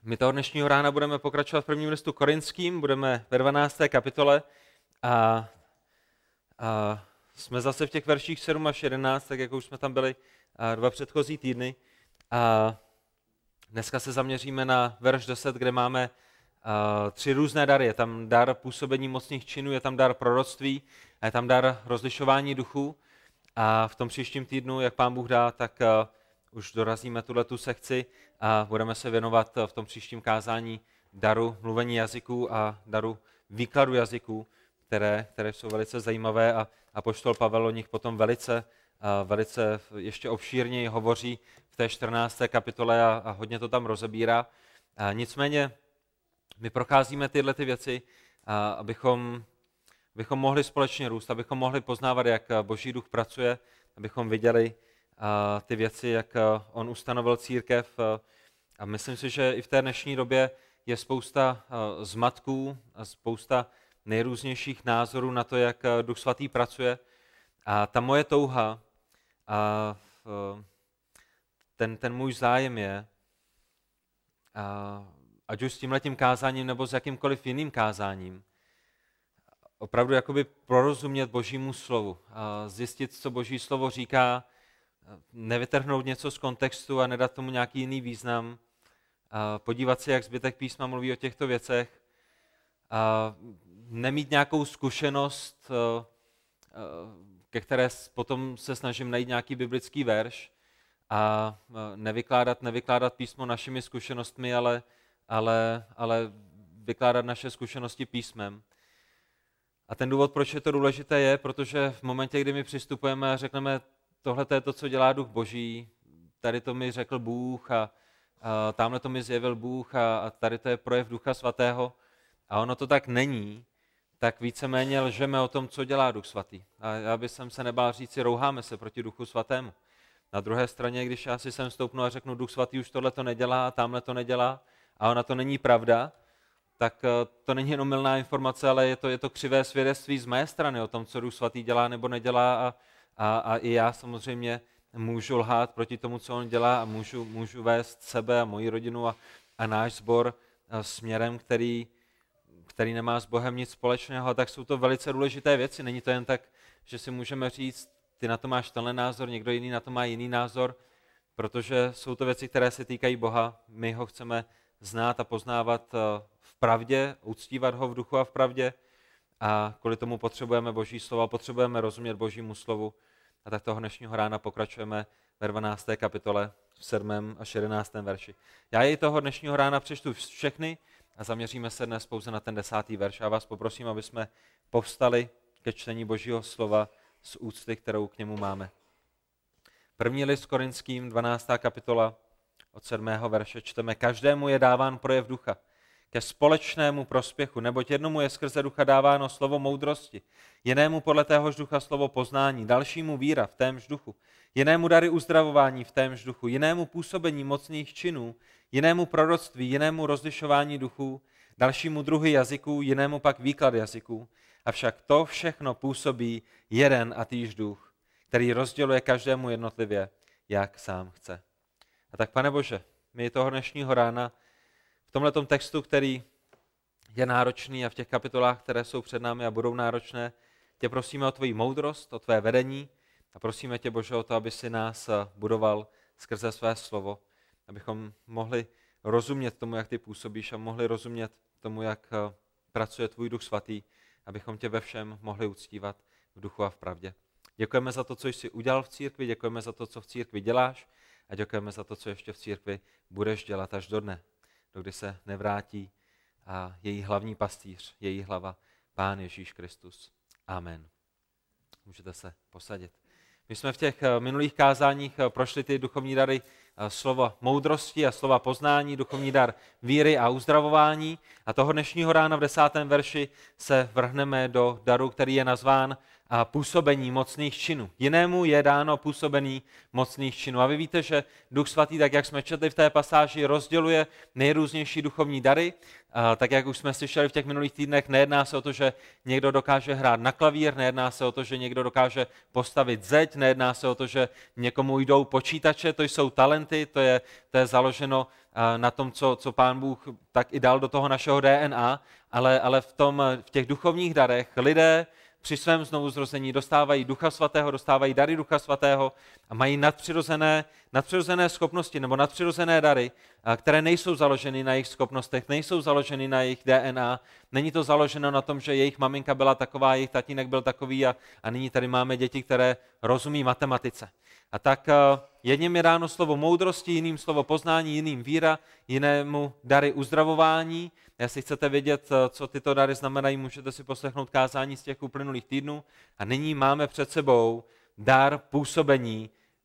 My toho dnešního rána budeme pokračovat v prvním listu Korinským, budeme ve 12. kapitole a jsme zase v těch verších 7 až 11, tak jako už jsme tam byli dva předchozí týdny. A dneska se zaměříme na verš 10, kde máme tři různé dary. Je tam dar působení mocných činů, je tam dar proroctví a je tam dar rozlišování duchů. A v tom příštím týdnu, jak Pán Bůh dá, tak už dorazíme tuhletu sekci a budeme se věnovat v tom příštím kázání daru mluvení jazyků a daru výkladu jazyků, které jsou velice zajímavé a apoštol Pavel o nich potom velice ještě obšírněji hovoří v té 14. kapitole a hodně to tam rozebírá. Nicméně my procházíme tyhle ty věci, abychom mohli společně růst, abychom mohli poznávat, jak Boží duch pracuje, abychom viděli ty věci, jak on ustanovil církev. A myslím si, že i v té dnešní době je spousta zmatků a spousta nejrůznějších názorů na to, jak Duch Svatý pracuje. A ta moje touha a ten můj zájem je, ať už s tímhletím kázáním nebo s jakýmkoliv jiným kázáním, opravdu jakoby prorozumět Božímu slovu, zjistit, co Boží slovo říká, nevytrhnout něco z kontextu a nedat tomu nějaký jiný význam, podívat se, jak zbytek písma mluví o těchto věcech, nemít nějakou zkušenost, ke které potom se snažím najít nějaký biblický verš a nevykládat písmo našimi zkušenostmi, ale vykládat naše zkušenosti písmem. A ten důvod, proč je to důležité, je, protože v momentě, kdy my přistupujeme a řekneme, tohle je to, co dělá Duch Boží, tady to mi řekl Bůh a tamhle to mi zjevil Bůh a tady to je projev Ducha Svatého a ono to tak není, tak víceméně lžeme o tom, co dělá Duch Svatý. A já bych se nebál říci, rouháme se proti Duchu Svatému. Na druhé straně, když já si sem stoupnu a řeknu, Duch Svatý už tohle to nedělá a tamhle to nedělá a ona to není pravda, tak to není jenom mylná informace, ale je to křivé svědectví z mé strany o tom, co Duch Svatý dělá nebo nedělá a i já samozřejmě můžu lhát proti tomu, co on dělá a můžu vést sebe a moji rodinu a náš sbor směrem, který nemá s Bohem nic společného. A tak jsou to velice důležité věci. Není to jen tak, že si můžeme říct, ty na to máš tenhle názor, někdo jiný na to má jiný názor, protože jsou to věci, které se týkají Boha. My ho chceme znát a poznávat v pravdě, uctívat ho v duchu a v pravdě a kvůli tomu potřebujeme Boží slovo, potřebujeme rozumět Božímu slovu. A tak toho dnešního rána pokračujeme ve 12. kapitole v 7. až 11. verši. Já jej toho dnešního rána přečtu všechny a zaměříme se dnes pouze na ten 10. verš. Já vás poprosím, aby jsme povstali ke čtení Božího slova z úcty, kterou k němu máme. První list Korinským, 12. kapitola, od 7. verše čteme: Každému je dáván projev ducha ke společnému prospěchu, neboť jednomu je skrze ducha dáváno slovo moudrosti, jinému podle téhož ducha slovo poznání, dalšímu víra v témž duchu, jinému dary uzdravování v témž duchu, jinému působení mocných činů, jinému proroctví, jinému rozlišování duchů, dalšímu druhy jazyků, jinému pak výklad jazyků. Avšak to všechno působí jeden a týž duch, který rozděluje každému jednotlivě, jak sám chce. A tak, Pane Bože, my toho dnešního rána v tomhletom textu, který je náročný a v těch kapitolách, které jsou před námi a budou náročné, tě prosíme o tvoji moudrost, o tvé vedení a prosíme tě, Bože, o to, aby si nás budoval skrze své slovo, abychom mohli rozumět tomu, jak ty působíš a mohli rozumět tomu, jak pracuje tvůj Duch Svatý, abychom tě ve všem mohli uctívat v duchu a v pravdě. Děkujeme za to, co jsi udělal v církvi, děkujeme za to, co v církvi děláš a děkujeme za to, co ještě v církvi budeš dělat až do dne, dokdy se nevrátí a její hlavní pastýř, její hlava, Pán Ježíš Kristus. Amen. Můžete se posadit. My jsme v těch minulých kázáních prošli ty duchovní dary slova moudrosti a slova poznání, duchovní dar víry a uzdravování. A toho dnešního rána v 10. verši se vrhneme do daru, který je nazván působení mocných činů. Jinému je dáno působení mocných činů. A vy víte, že Duch Svatý, tak jak jsme četli v té pasáži, rozděluje nejrůznější duchovní dary. Tak jak už jsme slyšeli v těch minulých týdnech, nejedná se o to, že někdo dokáže hrát na klavír, nejedná se o to, že někdo dokáže postavit zeď, nejedná se o to, že někomu jdou počítače, to jsou talenty, to je založeno na tom, co Pán Bůh tak i dal do toho našeho DNA, ale v těch duchovních darech lidé při svém znovuzrození dostávají Ducha Svatého, dostávají dary Ducha Svatého a mají nadpřirozené schopnosti nebo nadpřirozené dary, které nejsou založeny na jejich schopnostech, nejsou založeny na jejich DNA. Není to založeno na tom, že jejich maminka byla taková, jejich tatínek byl takový a nyní tady máme děti, které rozumí matematice. A tak jedním je dáno slovo moudrosti, jiným slovo poznání, jiným víra, jinému dary uzdravování. Jestli chcete vědět, co tyto dary znamenají, můžete si poslechnout kázání z těch uplynulých týdnů. A nyní máme před sebou dar působení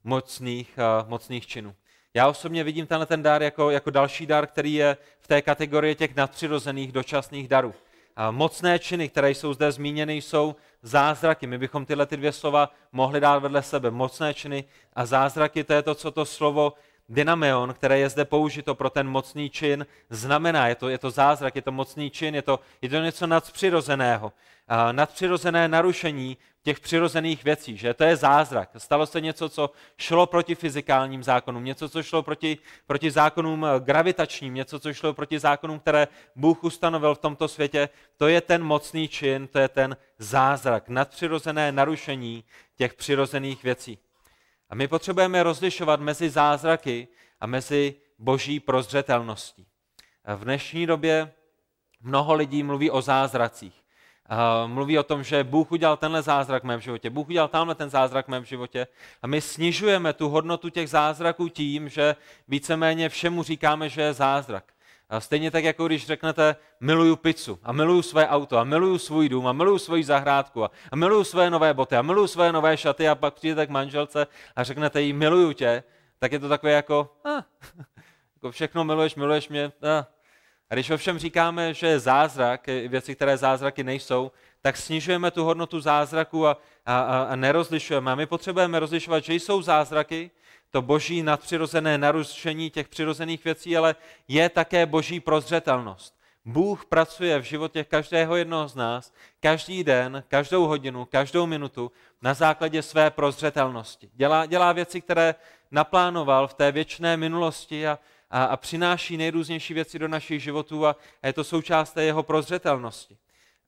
mocných činů. Já osobně vidím ten dar jako další dar, který je v té kategorii těch nadpřirozených dočasných darů. A mocné činy, které jsou zde zmíněny, jsou zázraky. My bychom tyhle dvě slova mohli dát vedle sebe. Mocné činy a zázraky, to je to, co to slovo dynameon, které je zde použito pro ten mocný čin, znamená. Je to zázrak, je to mocný čin, je to něco nadpřirozeného. Nadpřirozené narušení těch přirozených věcí, že to je zázrak. Stalo se něco, co šlo proti fyzikálním zákonům, něco, co šlo proti zákonům gravitačním, něco, co šlo proti zákonům, které Bůh ustanovil v tomto světě. To je ten mocný čin, to je ten zázrak, nadpřirozené narušení těch přirozených věcí. A my potřebujeme rozlišovat mezi zázraky a mezi boží prozřetelností. V dnešní době mnoho lidí mluví o zázracích. Mluví o tom, že Bůh udělal tenhle zázrak v mém životě, Bůh udělal tamhle ten zázrak v mém životě a my snižujeme tu hodnotu těch zázraků tím, že víceméně všemu říkáme, že je zázrak. A stejně tak, jako když řeknete miluju pizzu a miluju své auto a miluju svůj dům a miluju svoji zahrádku a miluju své nové boty a miluju své nové šaty a pak přijdete k manželce a řeknete jí miluju tě, tak je to takové jako všechno miluješ mě. A když ovšem říkáme, že je zázrak, věci, které zázraky nejsou, tak snižujeme tu hodnotu zázraku a nerozlišujeme. A my potřebujeme rozlišovat, že jsou zázraky, to boží nadpřirozené narušení těch přirozených věcí, ale je také boží prozřetelnost. Bůh pracuje v životě každého jednoho z nás, každý den, každou hodinu, každou minutu na základě své prozřetelnosti. Dělá věci, které naplánoval v té věčné minulosti a přináší nejrůznější věci do našich životů a je to součást té jeho prozřetelnosti.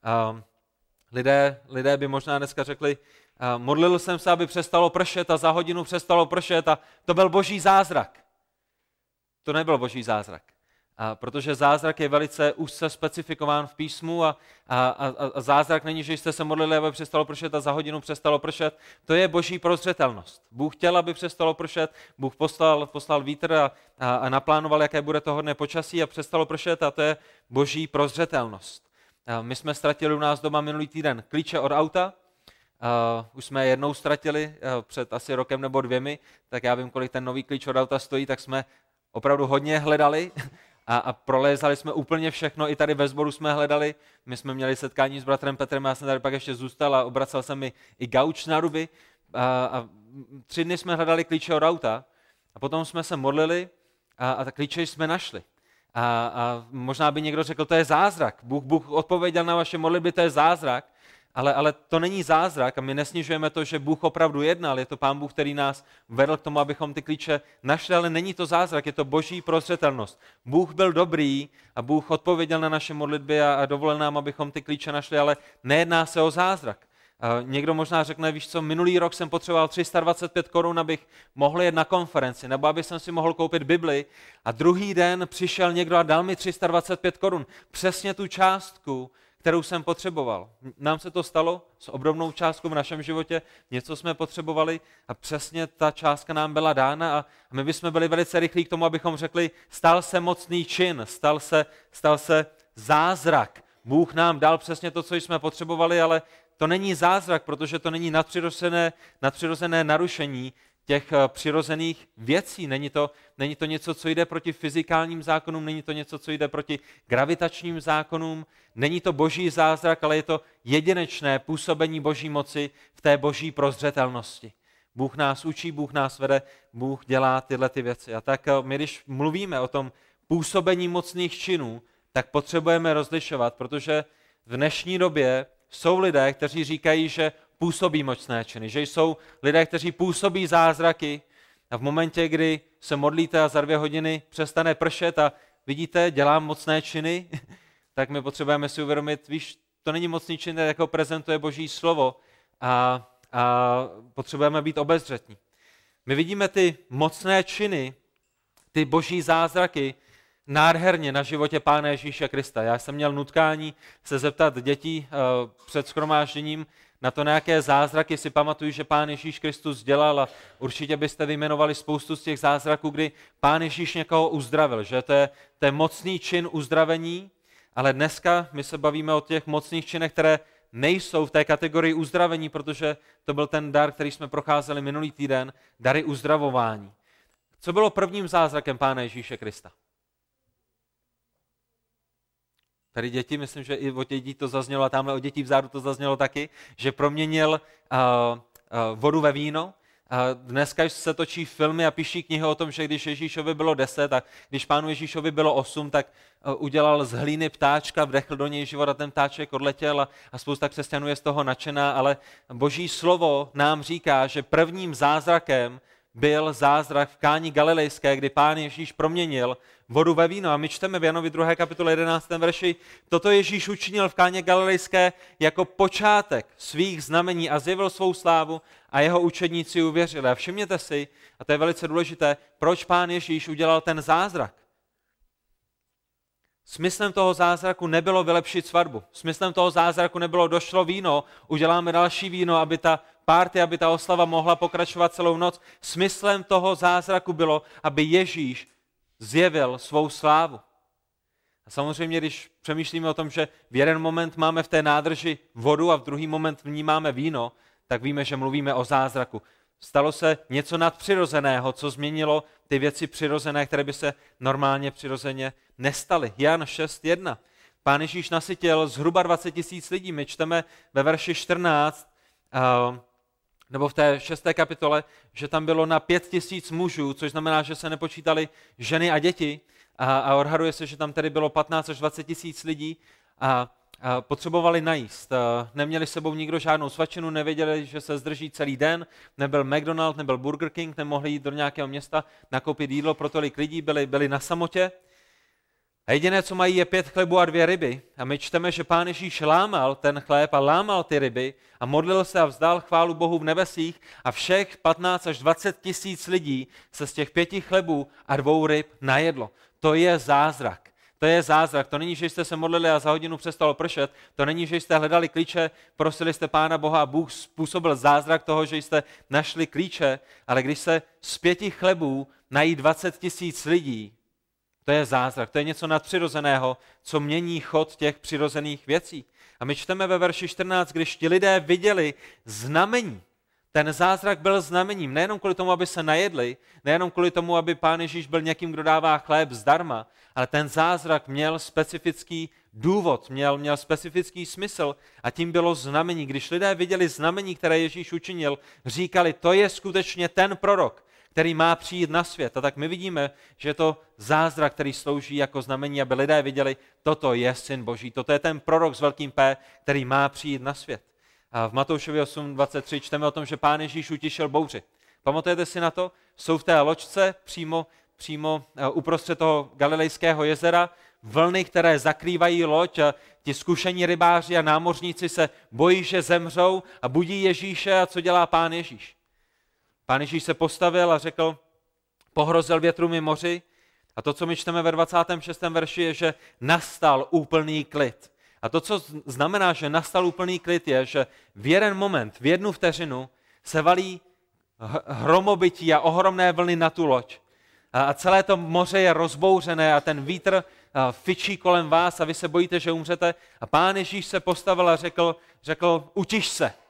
Lidé by možná dneska řekli, modlil jsem se, aby přestalo pršet a za hodinu přestalo pršet a to byl boží zázrak. To nebyl boží zázrak, protože zázrak je velice úzce specifikován v písmu a zázrak není, že jste se modlili, aby přestalo pršet a za hodinu přestalo pršet. To je boží prozřetelnost. Bůh chtěl, aby přestalo pršet, Bůh poslal vítr a naplánoval, jaké bude to hodné počasí a přestalo pršet a to je boží prozřetelnost. My jsme ztratili u nás doma minulý týden klíče od auta, už jsme je jednou ztratili před asi rokem nebo 2, tak já vím, kolik ten nový klíč od auta stojí, tak jsme opravdu hodně hledali a prolézali jsme úplně všechno, i tady ve sboru jsme hledali, my jsme měli setkání s bratrem Petrem, já jsem tady pak ještě zůstal a obracel jsem mi i gauč na ruby a 3 dny jsme hledali klíče od auta a potom jsme se modlili a ta klíče jsme našli. A možná by někdo řekl, to je zázrak, Bůh odpověděl na vaše modlitby, to je zázrak, ale to není zázrak a my nesnižujeme to, že Bůh opravdu jednal, je to Pán Bůh, který nás vedl k tomu, abychom ty klíče našli, ale není to zázrak, je to boží prozřetelnost. Bůh byl dobrý a Bůh odpověděl na naše modlitby a dovolil nám, abychom ty klíče našli, ale nejedná se o zázrak. Někdo možná řekne, víš co, minulý rok jsem potřeboval 325 korun, abych mohl jet na konferenci, nebo abych si mohl koupit Bibli a druhý den přišel někdo a dal mi 325 korun. Přesně tu částku, kterou jsem potřeboval. Nám se to stalo s obdobnou částkou v našem životě, něco jsme potřebovali a přesně ta částka nám byla dána a my bychom byli velice rychlí k tomu, abychom řekli, stal se mocný čin, stal se zázrak. Bůh nám dal přesně to, co jsme potřebovali, ale to není zázrak, protože to není nadpřirozené narušení těch přirozených věcí. Není to něco, co jde proti fyzikálním zákonům, není to něco, co jde proti gravitačním zákonům, není to boží zázrak, ale je to jedinečné působení boží moci v té boží prozřetelnosti. Bůh nás učí, Bůh nás vede, Bůh dělá tyhle ty věci. A tak my, když mluvíme o tom působení mocných činů, tak potřebujeme rozlišovat, protože v dnešní době jsou lidé, kteří říkají, že působí mocné činy, že jsou lidé, kteří působí zázraky a v momentě, kdy se modlíte a za 2 hodiny přestane pršet a vidíte, dělám mocné činy, tak my potřebujeme si uvědomit, víš, to není mocný čin, jako prezentuje Boží slovo a potřebujeme být obezřetní. My vidíme ty mocné činy, ty boží zázraky nádherně na životě Pána Ježíše Krista. Já jsem měl nutkání se zeptat dětí před shromážděním na to, na jaké zázraky si pamatuju, že Pán Ježíš Kristus dělal, a určitě byste vyjmenovali spoustu z těch zázraků, kdy Pán Ježíš někoho uzdravil, že to je mocný čin uzdravení, ale dneska my se bavíme o těch mocných činech, které nejsou v té kategorii uzdravení, protože to byl ten dar, který jsme procházeli minulý týden, dary uzdravování. Co bylo prvním zázrakem Pána Ježíše Krista? Tady děti, myslím, že i od dětí to zaznělo, a tamhle od dětí vzadu to zaznělo taky, že proměnil vodu ve víno. Dneska se točí filmy a píší knihy o tom, že když Ježíšovi bylo 10 a když Pánu Ježíšovi bylo 8, tak udělal z hlíny ptáčka, vdechl do něj život a ten ptáček odletěl a spousta křesťanů je z toho nadšená, ale Boží slovo nám říká, že prvním zázrakem byl zázrak v Káni Galilejské, kdy Pán Ježíš proměnil vodu ve víno. A my čteme v Janovi 2. kapitole 11. verši, toto Ježíš učinil v Káně Galilejské jako počátek svých znamení a zjevil svou slávu a jeho učedníci uvěřili. A všimněte si, a to je velice důležité, proč Pán Ježíš udělal ten zázrak. Smyslem toho zázraku nebylo vylepšit svatbu. Smyslem toho zázraku nebylo došlo víno, uděláme další víno, aby ta party, aby ta oslava mohla pokračovat celou noc. Smyslem toho zázraku bylo, aby Ježíš zjevil svou slávu. A samozřejmě, když přemýšlíme o tom, že v jeden moment máme v té nádrži vodu a v druhý moment vnímáme víno, tak víme, že mluvíme o zázraku. Stalo se něco nadpřirozeného, co změnilo ty věci přirozené, které by se normálně přirozeně nestaly. Jan 6.1. Pán Ježíš nasytil zhruba 20 000 lidí. My čteme ve verši 14, nebo v té 6. kapitole, že tam bylo na 5 000 mužů, což znamená, že se nepočítali ženy a děti. A odhaduje se, že tam tedy bylo 15 až 20 000 lidí a potřebovali najíst. Neměli s sebou nikdo žádnou svačinu, nevěděli, že se zdrží celý den, nebyl McDonald, nebyl Burger King, nemohli jít do nějakého města nakoupit jídlo pro tolik lidí, byli na samotě. A jediné, co mají, je 5 chlebů a 2 ryby. A my čteme, že Pán Ježíš lámal ten chléb a lámal ty ryby a modlil se a vzdal chválu Bohu v nebesích a všech 15 až 20 000 lidí se z těch 5 chlebů a 2 ryb najedlo. To je zázrak. To je zázrak. To není, že jste se modlili a za hodinu přestalo pršet. To není, že jste hledali klíče, prosili jste Pána Boha a Bůh způsobil zázrak toho, že jste našli klíče, ale když se z 5 chlebů nají 20 000 lidí, to je zázrak. To je něco nadpřirozeného, co mění chod těch přirozených věcí. A my čteme ve verši 14, když ti lidé viděli znamení. Ten zázrak byl znamením, nejenom kvůli tomu, aby se najedli, nejenom kvůli tomu, aby Pán Ježíš byl někým, kdo dává chléb zdarma, ale ten zázrak měl specifický důvod, měl specifický smysl a tím bylo znamení. Když lidé viděli znamení, které Ježíš učinil, říkali, to je skutečně ten prorok, který má přijít na svět. A tak my vidíme, že je to zázrak, který slouží jako znamení, aby lidé viděli, toto je Syn Boží, toto je ten prorok s velkým P, který má přijít na svět. A v Matoušovi 8.23 čteme o tom, že Pán Ježíš utišil bouři. Pamatujete si na to? Jsou v té loďce přímo uprostřed toho Galilejského jezera vlny, které zakrývají loď a ti zkušení rybáři a námořníci se bojí, že zemřou a budí Ježíše a co dělá Pán Ježíš? Pán Ježíš se postavil a řekl, pohrozil větrům i moři a to, co my čteme ve 26. verši, je, že nastal úplný klid. A to, co znamená, že nastal úplný klid, je, že v jeden moment, v jednu vteřinu se valí hromobytí a ohromné vlny na tu loď. A celé to moře je rozbouřené a ten vítr fičí kolem vás a vy se bojíte, že umřete. A Pán Ježíš se postavil a řekl utiš se.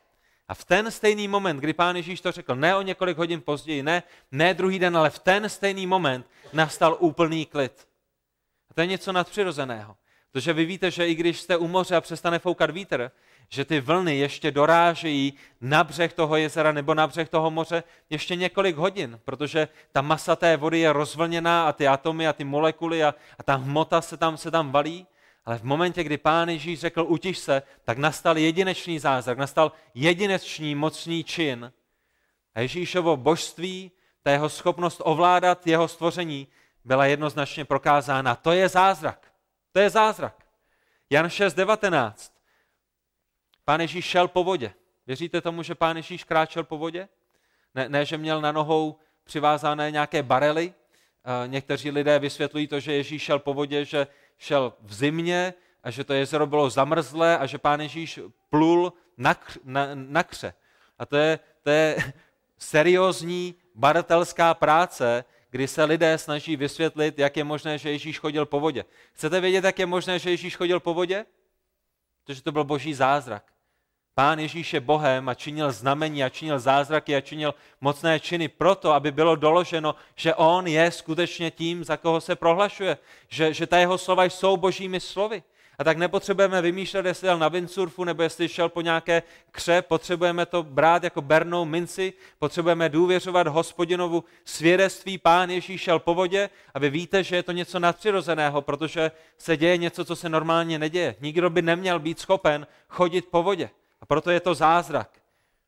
A v ten stejný moment, kdy Pán Ježíš to řekl, ne o několik hodin později, ne druhý den, ale v ten stejný moment nastal úplný klid. A to je něco nadpřirozeného. Protože vy víte, že i když jste u moře a přestane foukat vítr, že ty vlny ještě dorážejí na břeh toho jezera nebo na břeh toho moře ještě několik hodin, protože ta masa té vody je rozvlněná a ty atomy a ty molekuly a ta hmota se tam valí. Ale v momentě, kdy Pán Ježíš řekl utiš se, tak nastal jedinečný zázrak, nastal jedinečný mocný čin. A Ježíšovo božství, ta jeho schopnost ovládat jeho stvoření byla jednoznačně prokázána. To je zázrak. To je zázrak. Jan 6:19. Pán Ježíš šel po vodě. Věříte tomu, že Pán Ježíš kráčel po vodě? Ne, že měl na nohou přivázané nějaké barely. Někteří lidé vysvětlují to, že Ježíš šel po vodě, že šel v zimě a že to jezero bylo zamrzlé a že Pán Ježíš plul na kře. A to je seriózní badatelská práce, kdy se lidé snaží vysvětlit, jak je možné, že Ježíš chodil po vodě. Chcete vědět, jak je možné, že Ježíš chodil po vodě? Protože to byl boží zázrak. Pán Ježíš je Bohem a činil znamení a činil zázraky a činil mocné činy proto, aby bylo doloženo, že on je skutečně tím, za koho se prohlašuje. Že ta jeho slova jsou božími slovy. A tak nepotřebujeme vymýšlet, jestli jel na windsurfu nebo jestli šel po nějaké kře, potřebujeme to brát jako bernou minci, potřebujeme důvěřovat Hospodinovu svědectví. Pán Ježíš šel po vodě a vy víte, že je to něco nadpřirozeného, protože se děje něco, co se normálně neděje. Nikdo by neměl být schopen chodit po vodě. A proto je to zázrak.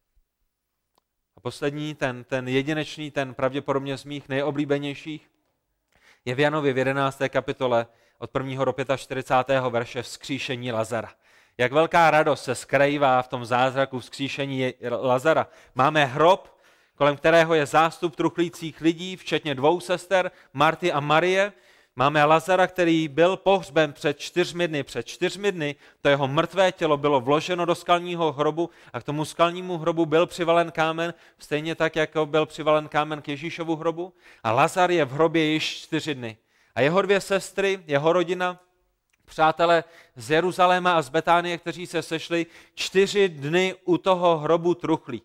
A poslední, ten jedinečný, ten pravděpodobně z mých nejoblíbenějších, je v Janově v 11. kapitole od 1. do 45. verše vzkříšení Lazara. Jak velká radost se skrývá v tom zázraku vzkříšení Lazara. Máme hrob, kolem kterého je zástup truchlících lidí, včetně 2 sester, Marty a Marie. Máme Lazara, který byl pohřben před 4 dny. Před 4 dny to jeho mrtvé tělo bylo vloženo do skalního hrobu a k tomu skalnímu hrobu byl přivalen kámen, stejně tak, jako byl přivalen kámen k Ježíšovu hrobu. A Lazar je v hrobě již 4 dny. A jeho 2 sestry, jeho rodina, přátelé z Jeruzaléma a z Betánie, kteří se sešli 4 dny u toho hrobu truchlí.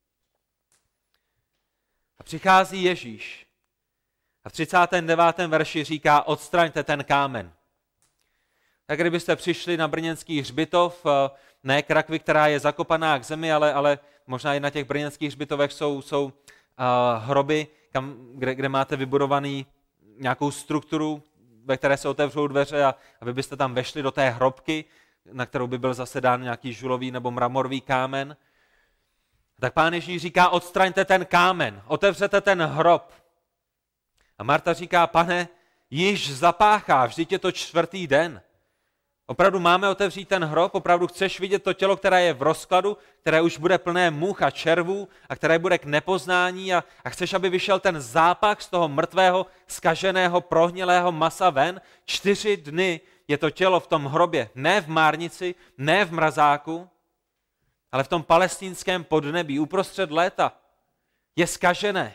A přichází Ježíš a v 39. verši říká, odstraňte ten kámen. Tak kdybyste přišli na brněnský hřbitov, ne k rakvi, která je zakopaná k zemi, ale možná i na těch brněnských hřbitovech jsou hroby, kde máte vybudovaný nějakou strukturu, ve které se otevřou dveře a vy byste tam vešli do té hrobky, na kterou by byl zase dán nějaký žulový nebo mramorový kámen. Tak Pán Ježíš říká, odstraňte ten kámen, otevřete ten hrob. A Marta říká, Pane, již zapáchá, vždyť je to 4. den. Opravdu máme otevřít ten hrob? Opravdu chceš vidět to tělo, které je v rozkladu, které už bude plné much a červů a které bude k nepoznání a chceš, aby vyšel ten zápach z toho mrtvého, zkaženého, prohnilého masa ven? 4 dny je to tělo v tom hrobě, ne v márnici, ne v mrazáku, ale v tom palestinském podnebí, uprostřed léta. Je zkažené.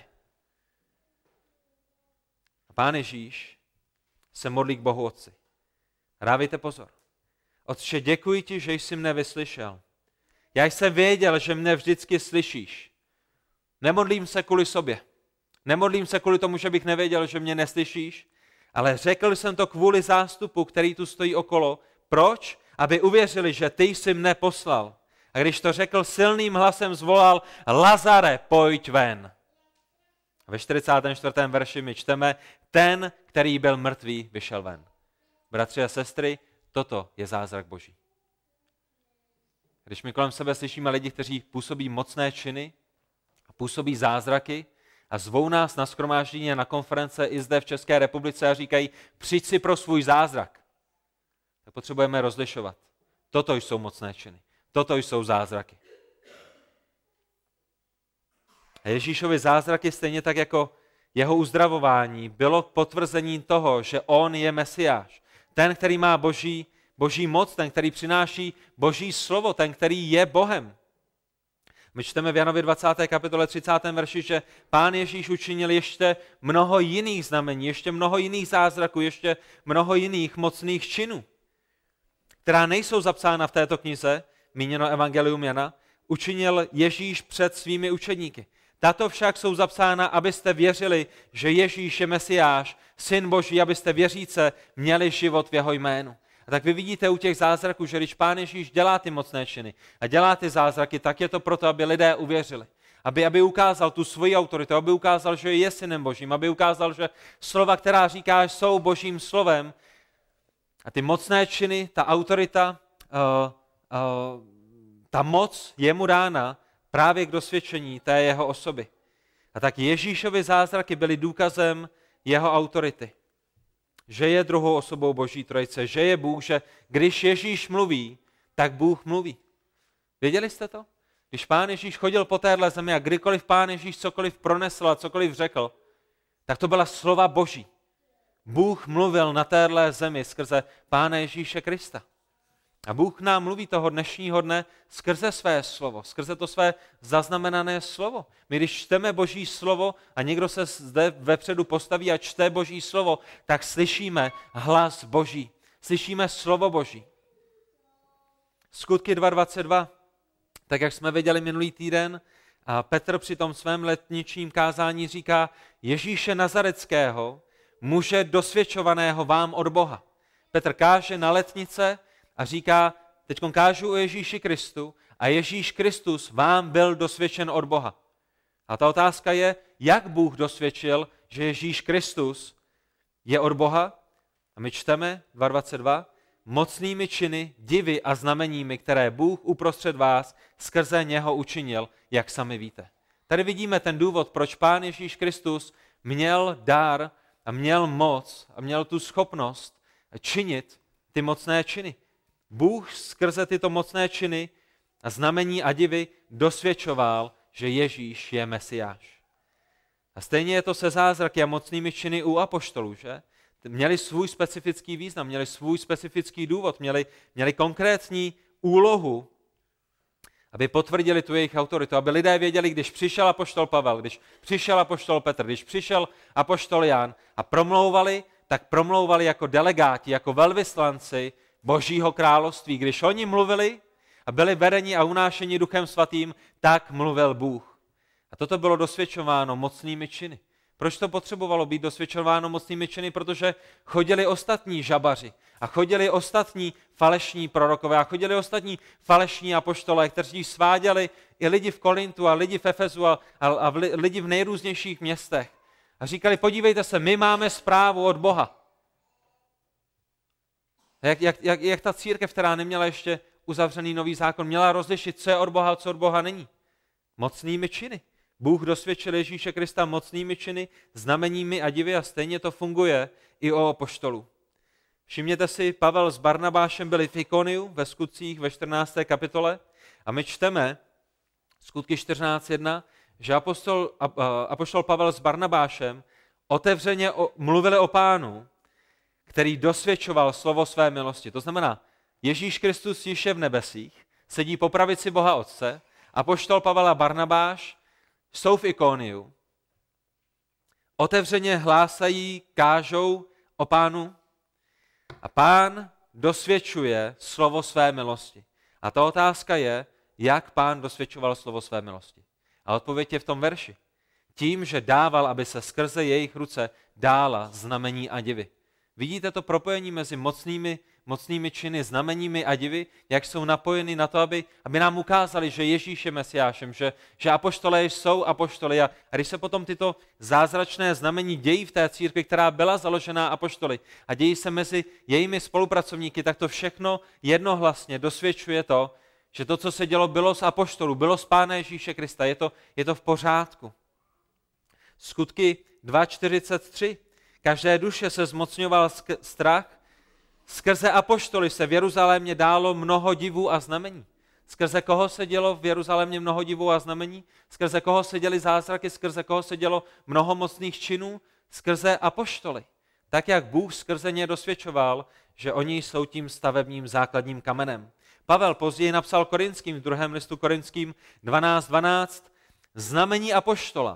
A Pán Ježíš se modlí k Bohu Otci. Dávejte pozor. Otče, děkuji ti, že jsi mne vyslyšel. Já jsem věděl, že mne vždycky slyšíš. Nemodlím se kvůli sobě. Nemodlím se kvůli tomu, že bych nevěděl, že mě neslyšíš, ale řekl jsem to kvůli zástupu, který tu stojí okolo. Proč? Aby uvěřili, že ty jsi mne poslal. A když to řekl, silným hlasem zvolal, Lazare, pojď ven. A ve 44. verši my čteme, ten, který byl mrtvý, vyšel ven. Bratři a sestry, toto je zázrak Boží. Když my kolem sebe slyšíme lidi, kteří působí mocné činy a působí zázraky a zvou nás na shromáždění a na konference i zde v České republice a říkají, přijď si pro svůj zázrak, tak potřebujeme rozlišovat. Toto jsou mocné činy. Toto jsou zázraky. A Ježíšovi zázraky stejně tak jako jeho uzdravování bylo potvrzení toho, že on je Mesiáš. Ten, který má boží moc, ten, který přináší boží slovo, ten, který je Bohem. My čteme v Janově 20. kapitole 30. verši, že Pán Ježíš učinil ještě mnoho jiných znamení, ještě mnoho jiných zázraků, ještě mnoho jiných mocných činů, která nejsou zapsána v této knize, míněno Evangelium Jana, učinil Ježíš před svými učedníky. Tato však jsou zapsána, abyste věřili, že Ježíš je Mesiáš, Syn Boží, abyste věříce měli život v jeho jménu. A tak vy vidíte u těch zázraků, že když Pán Ježíš dělá ty mocné činy a dělá ty zázraky, tak je to proto, aby lidé uvěřili. Aby ukázal tu svoji autoritu, aby ukázal, že je Synem Božím, aby ukázal, že slova, která říká, jsou Božím slovem. A ty mocné činy, ta autorita, ta moc je mu dána právě k dosvědčení té jeho osoby. A tak Ježíšovy zázraky byly důkazem jeho autority. Že je druhou osobou Boží trojice, že je Bůh, že když Ježíš mluví, tak Bůh mluví. Věděli jste to? Když Pán Ježíš chodil po téhle zemi a kdykoliv Pán Ježíš cokoliv pronesl a cokoliv řekl, tak to byla slova Boží. Bůh mluvil na téhle zemi skrze Pána Ježíše Krista. A Bůh nám mluví toho dnešního dne skrze své slovo, skrze to své zaznamenané slovo. My když čteme Boží slovo a někdo se zde vepředu postaví a čte Boží slovo, tak slyšíme hlas Boží, slyšíme slovo Boží. Skutky 2.22, tak jak jsme viděli minulý týden, a Petr při tom svém letničním kázání říká Ježíše Nazareckého, muže dosvědčovaného vám od Boha. Petr káže na letnice a říká, teďkon kážu o Ježíši Kristu a Ježíš Kristus vám byl dosvědčen od Boha. A ta otázka je, jak Bůh dosvědčil, že Ježíš Kristus je od Boha? A my čteme 2.22, mocnými činy, divy a znameními, které Bůh uprostřed vás skrze něho učinil, jak sami víte. Tady vidíme ten důvod, proč Pán Ježíš Kristus měl dar a měl moc a měl tu schopnost činit ty mocné činy. Bůh skrze tyto mocné činy a znamení a divy dosvědčoval, že Ježíš je Mesiáš. A stejně je to se zázraky a mocnými činy u apoštolů, že? Měli svůj specifický význam, měli svůj specifický důvod, měli konkrétní úlohu, aby potvrdili tu jejich autoritu, aby lidé věděli, když přišel apoštol Pavel, když přišel apoštol Petr, když přišel apoštol Jan a promlouvali, tak promlouvali jako delegáti, jako velvyslanci Božího království. Když oni mluvili a byli vedeni a unášeni Duchem Svatým, tak mluvil Bůh. A toto bylo dosvědčováno mocnými činy. Proč to potřebovalo být dosvědčováno mocnými činy? Protože chodili ostatní žabaři a chodili ostatní falešní prorokové a chodili ostatní falešní apoštolé, kteří sváděli i lidi v Korintu a lidi v Efezu a lidi v nejrůznějších městech. A říkali, podívejte se, my máme zprávu od Boha. Jak ta církev, která neměla ještě uzavřený nový zákon, měla rozlišit, co je od Boha a co od Boha není? Mocnými činy. Bůh dosvědčil Ježíše Krista mocnými činy, znameními a divy a stejně to funguje i o apoštolů. Všimněte si, Pavel s Barnabášem byli v Ikoniu ve Skutcích ve 14. kapitole a my čteme Skutky 14.1, že apoštol Pavel s Barnabášem otevřeně mluvili o Pánu, který dosvědčoval slovo své milosti. To znamená, Ježíš Kristus již je v nebesích, sedí po pravici Boha Otce, apoštol Pavel a Barnabáš jsou v Ikoniu, otevřeně hlásají, kážou o Pánu a Pán dosvědčuje slovo své milosti. A ta otázka je, jak Pán dosvědčoval slovo své milosti. A odpověď je v tom verši. Tím, že dával, aby se skrze jejich ruce dála znamení a divy. Vidíte to propojení mezi mocnými činy, znameními a divy, jak jsou napojeny na to, aby nám ukázali, že Ježíš je Mesiášem, že apoštolé jsou apoštoly. A když se potom tyto zázračné znamení dějí v té církvi, která byla založená apoštoly a dějí se mezi jejími spolupracovníky, tak to všechno jednohlasně dosvědčuje to, že to, co se dělo, bylo z apoštolů, bylo z Pána Ježíše Krista. Je to v pořádku. Skutky 2.43. Každé duše se zmocňoval strach, skrze apoštoly se v Jeruzalémě dálo mnoho divů a znamení. Skrze koho se dělo v Jeruzalémě mnoho divů a znamení? Skrze koho se děly zázraky, skrze koho se dělo mnoho mocných činů? Skrze apoštoly. Tak, jak Bůh skrze ně dosvědčoval, že oni jsou tím stavebním základním kamenem. Pavel později napsal Korinským, v 2. listu Korinským 12.12, znamení apoštola.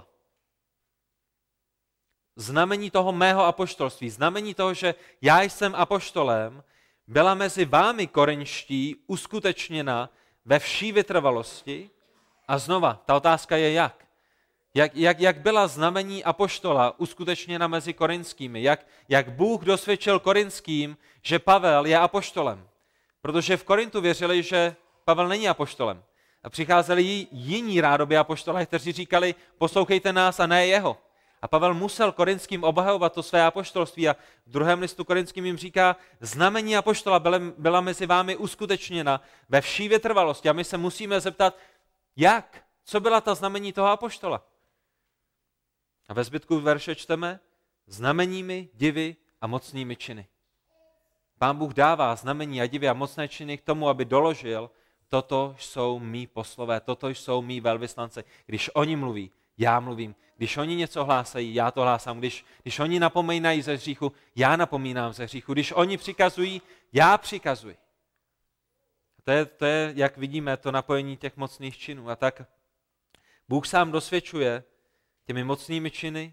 Znamení toho mého apoštolství, znamení toho, že já jsem apoštolem, byla mezi vámi korinští uskutečněna ve vší vytrvalosti A znova, ta otázka je jak. Jak byla znamení apoštola uskutečněna mezi korinskými? Jak Bůh dosvědčil korinským, že Pavel je apoštolem? Protože v Korintu věřili, že Pavel není apoštolem. A přicházeli jiní rádoby apoštolé, kteří říkali, poslouchejte nás a ne jeho. A Pavel musel korinským obhajovat to své apoštolství a v druhém listu korinským jim říká, znamení apoštola byla mezi vámi uskutečněna ve vší vytrvalosti. A my se musíme zeptat, jak? Co byla ta znamení toho apoštola? A ve zbytku verše čteme, znameními, divy a mocnými činy. Pán Bůh dává znamení a divy a mocné činy k tomu, aby doložil, toto jsou mí poslové, toto jsou mí velvyslanci. Když oni mluví, já mluvím. Když oni něco hlásají, já to hlásám. Když oni napomínají ze hříchu, já napomínám ze hříchu. Když oni přikazují, já přikazuji. To je, jak vidíme, to napojení těch mocných činů. A tak Bůh sám dosvědčuje těmi mocnými činy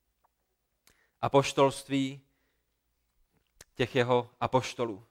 apoštolství těch jeho apoštolů.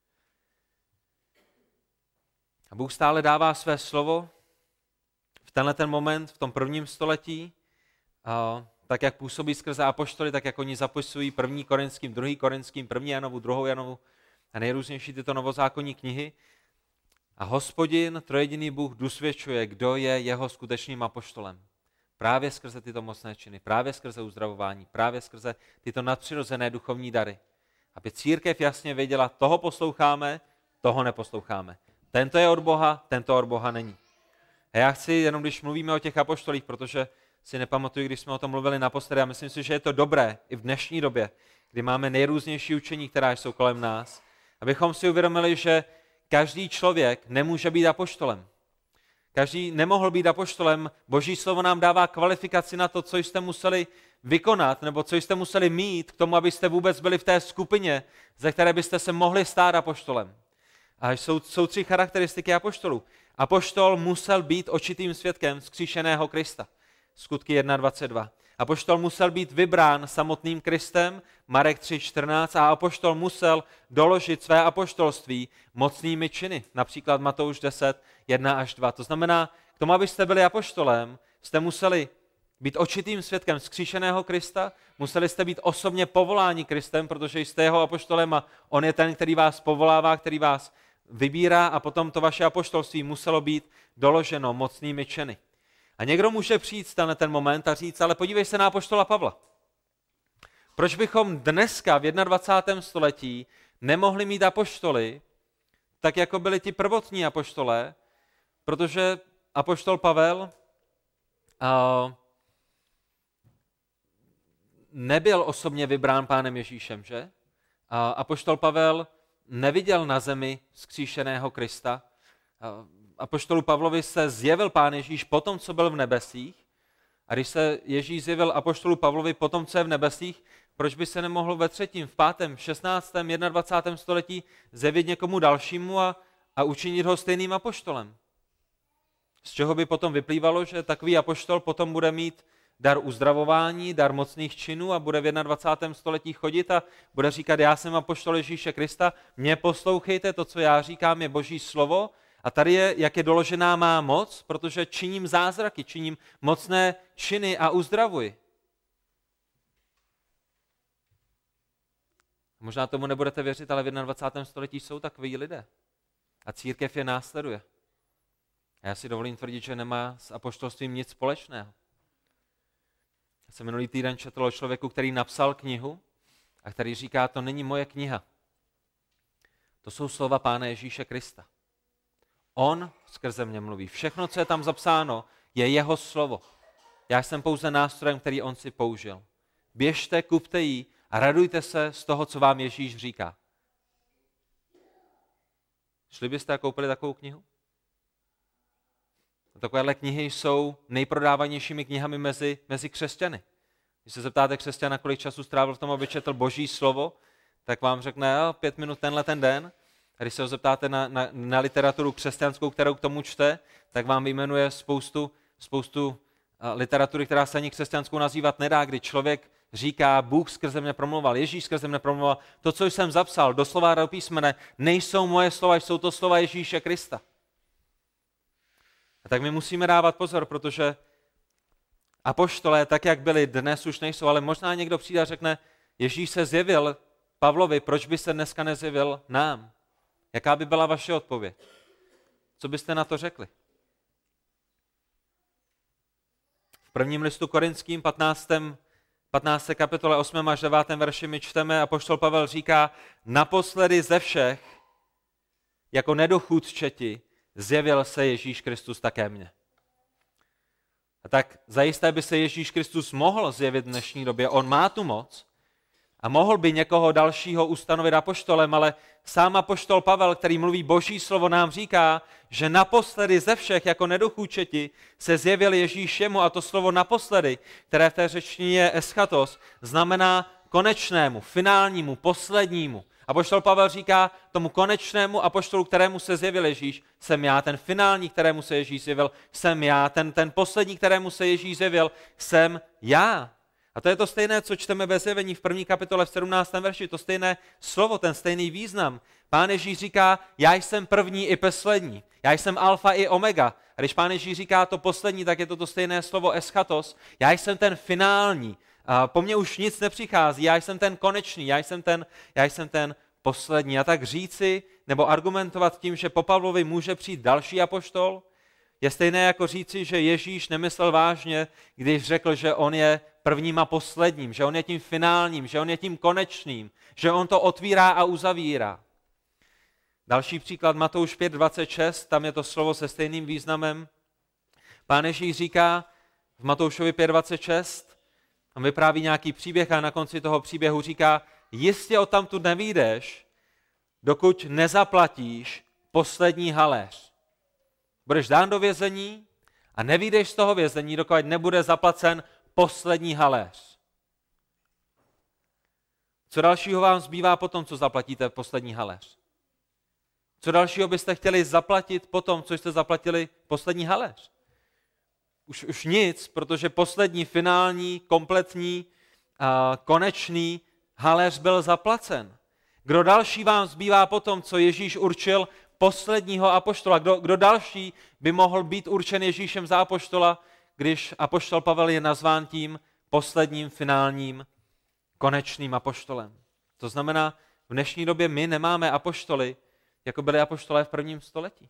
A Bůh stále dává své slovo v tenhle ten moment, v tom prvním století, tak jak působí skrze apoštoly, tak jak oni zapisují 1. Korinským, 2. Korinským, 1. Janovu, 2. Janovu a nejrůznější tyto novozákonní knihy. A Hospodin, trojjediný Bůh, dosvědčuje, kdo je jeho skutečným apoštolem. Právě skrze tyto mocné činy, právě skrze uzdravování, právě skrze tyto nadpřirozené duchovní dary. Aby církev jasně věděla, toho posloucháme, toho neposloucháme. Tento je od Boha, tento od Boha není. A já chci, jenom když mluvíme o těch apoštolích, protože si nepamatuju, když jsme o tom mluvili naposledy, a myslím si, že je to dobré i v dnešní době, kdy máme nejrůznější učení, která jsou kolem nás, abychom si uvědomili, že každý člověk nemůže být apoštolem. Každý nemohl být apoštolem. Boží slovo nám dává kvalifikaci na to, co jste museli vykonat, nebo co jste museli mít k tomu, abyste vůbec byli v té skupině, ze které byste se mohli stát apoštolem. A jsou 3 charakteristiky apoštolů. Apoštol musel být očitým svědkem vzkříšeného Krista. Skutky 1.22. Apoštol musel být vybrán samotným Kristem, Marek 3.14, a apoštol musel doložit své apoštolství mocnými činy, například Matouš 10.1-2. To znamená, k tomu, abyste byli apoštolem, jste museli být očitým svědkem vzkříšeného Krista, museli jste být osobně povoláni Kristem, protože jste jeho apoštolem a on je ten, který vás povolává, který vás vybírá, a potom to vaše apoštolství muselo být doloženo mocnými činy. A někdo může přijít ten moment a říct, ale podívej se na apoštola Pavla. Proč bychom dneska v 21. století nemohli mít apoštoly, tak jako byli ti prvotní apoštolé, protože apoštol Pavel nebyl osobně vybrán Pánem Ježíšem, že? Apoštol Pavel neviděl na zemi vzkříšeného Krista. Apoštolu Pavlovi se zjevil Pán Ježíš potom, co byl v nebesích. A když se Ježíš zjevil apoštolu Pavlovi potom, co je v nebesích, proč by se nemohl ve 3., v 5., 16., 21. století zjevit někomu dalšímu a učinit ho stejným apoštolem? Z čeho by potom vyplývalo, že takový apoštol potom bude mít dar uzdravování, dar mocných činů a bude v 21. století chodit a bude říkat, já jsem apoštol Ježíše Krista, mě poslouchejte, to, co já říkám, je Boží slovo. A tady je, jak je doložená má moc, protože činím zázraky, činím mocné činy a uzdravuji. Možná tomu nebudete věřit, ale v 21. století jsou takoví lidé. A církev je následuje. A já si dovolím tvrdit, že nemá s apoštolstvím nic společného. Já jsem minulý týden četl o člověku, který napsal knihu a který říká, to není moje kniha. To jsou slova Pána Ježíše Krista. On skrze mě mluví. Všechno, co je tam zapsáno, je jeho slovo. Já jsem pouze nástrojem, který on si použil. Běžte, kupte ji a radujte se z toho, co vám Ježíš říká. Šli byste a koupili takovou knihu? A takovéhle knihy jsou nejprodávanějšími knihami mezi křesťany. Když se zeptáte křesťana, kolik času strávil v tom, aby četl Boží slovo, tak vám řekne 5 minut tenhle ten den. A když se ho zeptáte na literaturu křesťanskou, kterou k tomu čte, tak vám vyjmenuje spoustu literatury, která se ani křesťanskou nazývat nedá, kdy člověk říká, Bůh skrze mě promluval, Ježíš skrze mě promluval. To, co jsem zapsal, doslova do písmene, nejsou moje slova, jsou to slova Ježíše Krista. A tak my musíme dávat pozor, protože apoštolé, tak jak byli, dnes už nejsou, ale možná někdo přijde a řekne, Ježíš se zjevil Pavlovi, proč by se dneska nezjevil nám? Jaká by byla vaše odpověď? Co byste na to řekli? V prvním listu Korinským 15. kapitole 8. až 9. verši my čteme, apoštol Pavel říká, naposledy ze všech, jako nedochůdčeti, zjevil se Ježíš Kristus také mně. A tak zajisté by se Ježíš Kristus mohl zjevit v dnešní době. On má tu moc a mohl by někoho dalšího ustanovit apoštolem, ale sám apoštol Pavel, který mluví Boží slovo, nám říká, že naposledy ze všech, jako nedochůdčeti, se zjevil Ježíš jemu, a to slovo naposledy, které v té řečtině je eschatos, znamená konečnému, finálnímu, poslednímu. Apoštol Pavel říká tomu konečnému apoštolu, kterému se zjevil Ježíš, jsem já, ten finální, kterému se Ježíš zjevil, jsem já, ten poslední, kterému se Ježíš zjevil, jsem já. A to je to stejné, co čteme ve Zjevení v 1. kapitole v 17. verši, to stejné slovo, ten stejný význam. Pán Ježíš říká, já jsem první i poslední, já jsem alfa i omega. A když Pán Ježíš říká to poslední, tak je to stejné slovo eschatos, já jsem ten finální. A po mně už nic nepřichází, já jsem ten konečný, já jsem ten poslední. A tak říci nebo argumentovat tím, že po Pavlovi může přijít další apoštol, je stejné jako říci, že Ježíš nemyslel vážně, když řekl, že on je prvním a posledním, že on je tím finálním, že on je tím konečným, že on to otvírá a uzavírá. Další příklad Matouš 5.26, tam je to slovo se stejným významem. Pán Ježíš říká v Matoušovi 5.26, on vypráví nějaký příběh a na konci toho příběhu říká, jistě odtamtud nevyjdeš, dokud nezaplatíš poslední haléř. Budeš dán do vězení a nevyjdeš z toho vězení, dokud nebude zaplacen poslední haléř. Co dalšího vám zbývá potom, co zaplatíte poslední haléř? Co dalšího byste chtěli zaplatit potom, co jste zaplatili poslední haléř? Už nic, protože poslední, finální, kompletní, konečný haléř byl zaplacen. Kdo další vám zbývá potom, co Ježíš určil posledního apoštola? Kdo další by mohl být určen Ježíšem za apoštola, když apoštol Pavel je nazván tím posledním, finálním, konečným apoštolem? To znamená, v dnešní době my nemáme apoštoly, jako byli apoštolé v prvním století.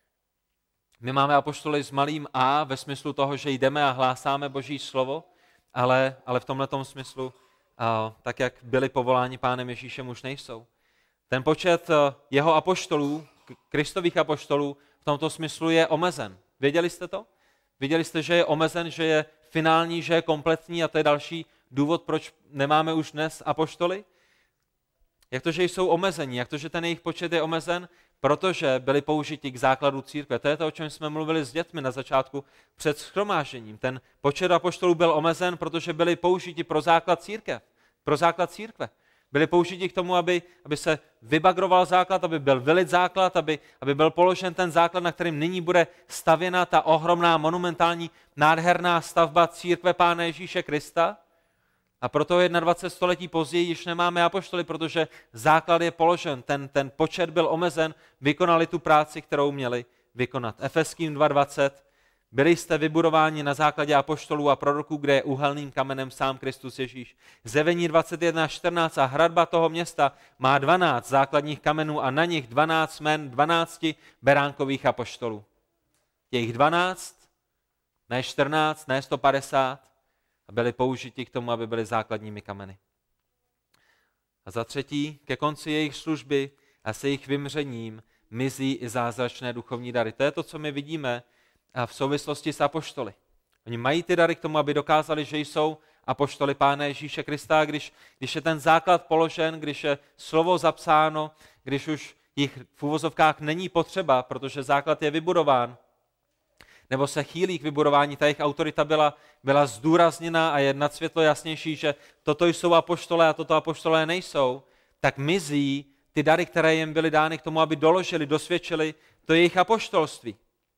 My máme apoštoly s malým a ve smyslu toho, že jdeme a hlásáme Boží slovo, ale v tomhletom smyslu, tak jak byli povoláni Pánem Ježíšem, už nejsou. Ten počet jeho apoštolů, Kristových apoštolů, v tomto smyslu je omezen. Věděli jste to? Věděli jste, že je omezen, že je finální, že je kompletní a to je další důvod, proč nemáme už dnes apoštoly? Jak to, že jsou omezení? Jak to, že ten jejich počet je omezen? Protože byli použiti k základu církve. To je to, o čem jsme mluvili s dětmi na začátku před shromážděním. Ten počet apoštolů byl omezen, protože byli použiti pro základ církve. Byli použiti k tomu, aby se vybagroval základ, aby byl vylit základ, aby byl položen ten základ, na kterým nyní bude stavěna ta ohromná, monumentální, nádherná stavba církve Pána Ježíše Krista. A proto 21 století později již nemáme apoštoly, protože základ je položen, ten počet byl omezen, vykonali tu práci, kterou měli vykonat. Efeským 2.20. Byli jste vybudováni na základě apoštolů a proroků, kde je úhelným kamenem sám Kristus Ježíš. Zjevení 21.14 a hradba toho města má 12 základních kamenů a na nich 12 jmen 12 beránkových apoštolů. Je jich 12, ne 14, ne 150 a byli použiti k tomu, aby byli základními kameny. A za třetí, ke konci jejich služby a se jejich vymřením mizí i zázračné duchovní dary. To je to, co my vidíme v souvislosti s apoštoly. Oni mají ty dary k tomu, aby dokázali, že jsou apoštoly Pána Ježíše Krista, když je ten základ položen, když je slovo zapsáno, když už jich v uvozovkách není potřeba, protože základ je vybudován, nebo se chýlí k vybudování, ta jejich autorita byla zdůrazněna a je nad světlo jasnější, že toto jsou apoštolé a toto apoštolé nejsou, tak mizí ty dary, které jim byly dány k tomu, aby doložili, dosvědčili to jejich apoštolství.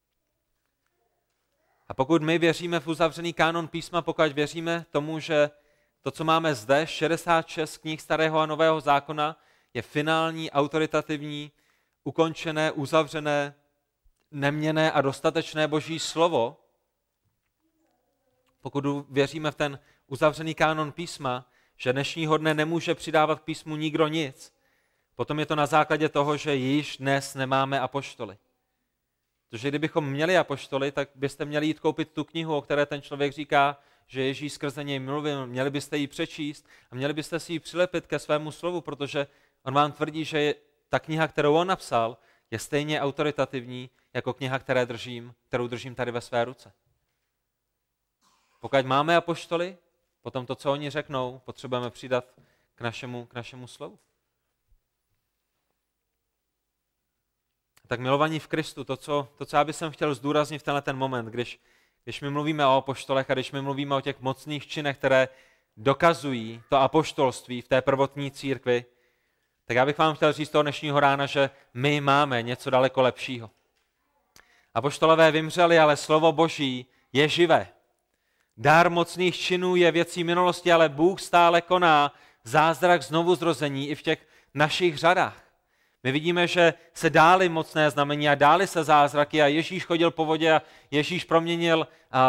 A pokud my věříme v uzavřený kánon písma, pokud věříme tomu, že to, co máme zde, 66 knih Starého a Nového zákona, je finální, autoritativní, ukončené, uzavřené, neměnné a dostatečné Boží slovo, pokud věříme v ten uzavřený kánon písma, že dnešního dne nemůže přidávat k písmu nikdo nic, potom je to na základě toho, že již dnes nemáme apoštoly. Protože kdybychom měli apoštoly, tak byste měli jít koupit tu knihu, o které ten člověk říká, že Ježíš skrze něj mluvil, měli byste ji přečíst a měli byste si ji přilepit ke svému slovu, protože on vám tvrdí, že ta kniha, kterou on napsal, je stejně autoritativní jako kniha, kterou držím tady ve své ruce. Pokud máme apoštoly, potom to, co oni řeknou, potřebujeme přidat k našemu slovu. Tak milovaní v Kristu, to, co já bych chtěl zdůraznit v tenhle ten moment, když my mluvíme o apoštolech a když my mluvíme o těch mocných činech, které dokazují to apoštolství v té prvotní církvi, tak já bych vám chtěl říct toho dnešního rána, že my máme něco daleko lepšího. Apoštolové vymřeli, ale slovo Boží je živé. Dar mocných činů je věcí minulosti, ale Bůh stále koná zázrak znovuzrození i v těch našich řadách. My vidíme, že se dály mocné znamení a dály se zázraky a Ježíš chodil po vodě a Ježíš proměnil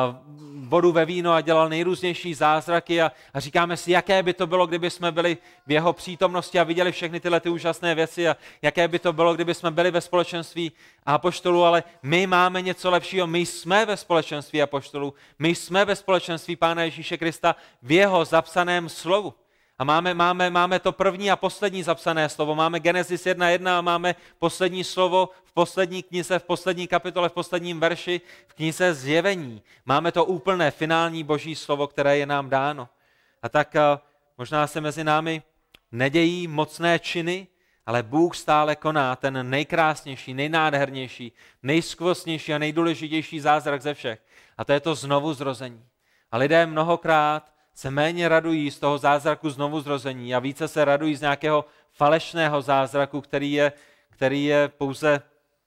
vodu ve víno a dělal nejrůznější zázraky a říkáme si, jaké by to bylo, kdyby jsme byli v jeho přítomnosti a viděli všechny tyhle ty úžasné věci a jaké by to bylo, kdyby jsme byli ve společenství apoštolů, ale my máme něco lepšího, my jsme ve společenství apoštolů, my jsme ve společenství Pána Ježíše Krista v jeho zapsaném slovu. A máme to první a poslední zapsané slovo. Máme Genesis 1.1 a máme poslední slovo v poslední knize, v poslední kapitole, v posledním verši, v knize Zjevení. Máme to úplné, finální Boží slovo, které je nám dáno. A tak možná se mezi námi nedějí mocné činy, ale Bůh stále koná ten nejkrásnější, nejnádhernější, nejskvostnější a nejdůležitější zázrak ze všech. A to je to znovuzrození. A lidé mnohokrát se méně radují z toho zázraku znovuzrození a více se radují z nějakého falešného zázraku, který je pouze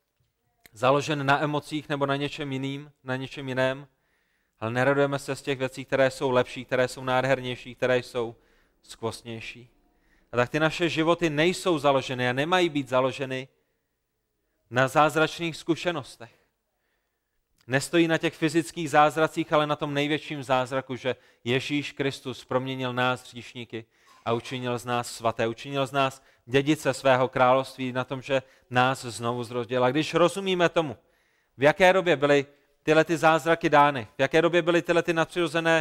založen na emocích nebo na něčem jiném, ale neradujeme se z těch věcí, které jsou lepší, které jsou nádhernější, které jsou skvostnější. A tak ty naše životy nejsou založeny a nemají být založeny na zázračných zkušenostech. Nestojí na těch fyzických zázracích, ale na tom největším zázraku, že Ježíš Kristus proměnil nás hříšníky a učinil z nás svaté, učinil z nás dědice svého království na tom, že nás znovu zrodil. A když rozumíme tomu, v jaké době byly tyhle ty zázraky dány, v jaké době byly tyhle ty nadpřirozené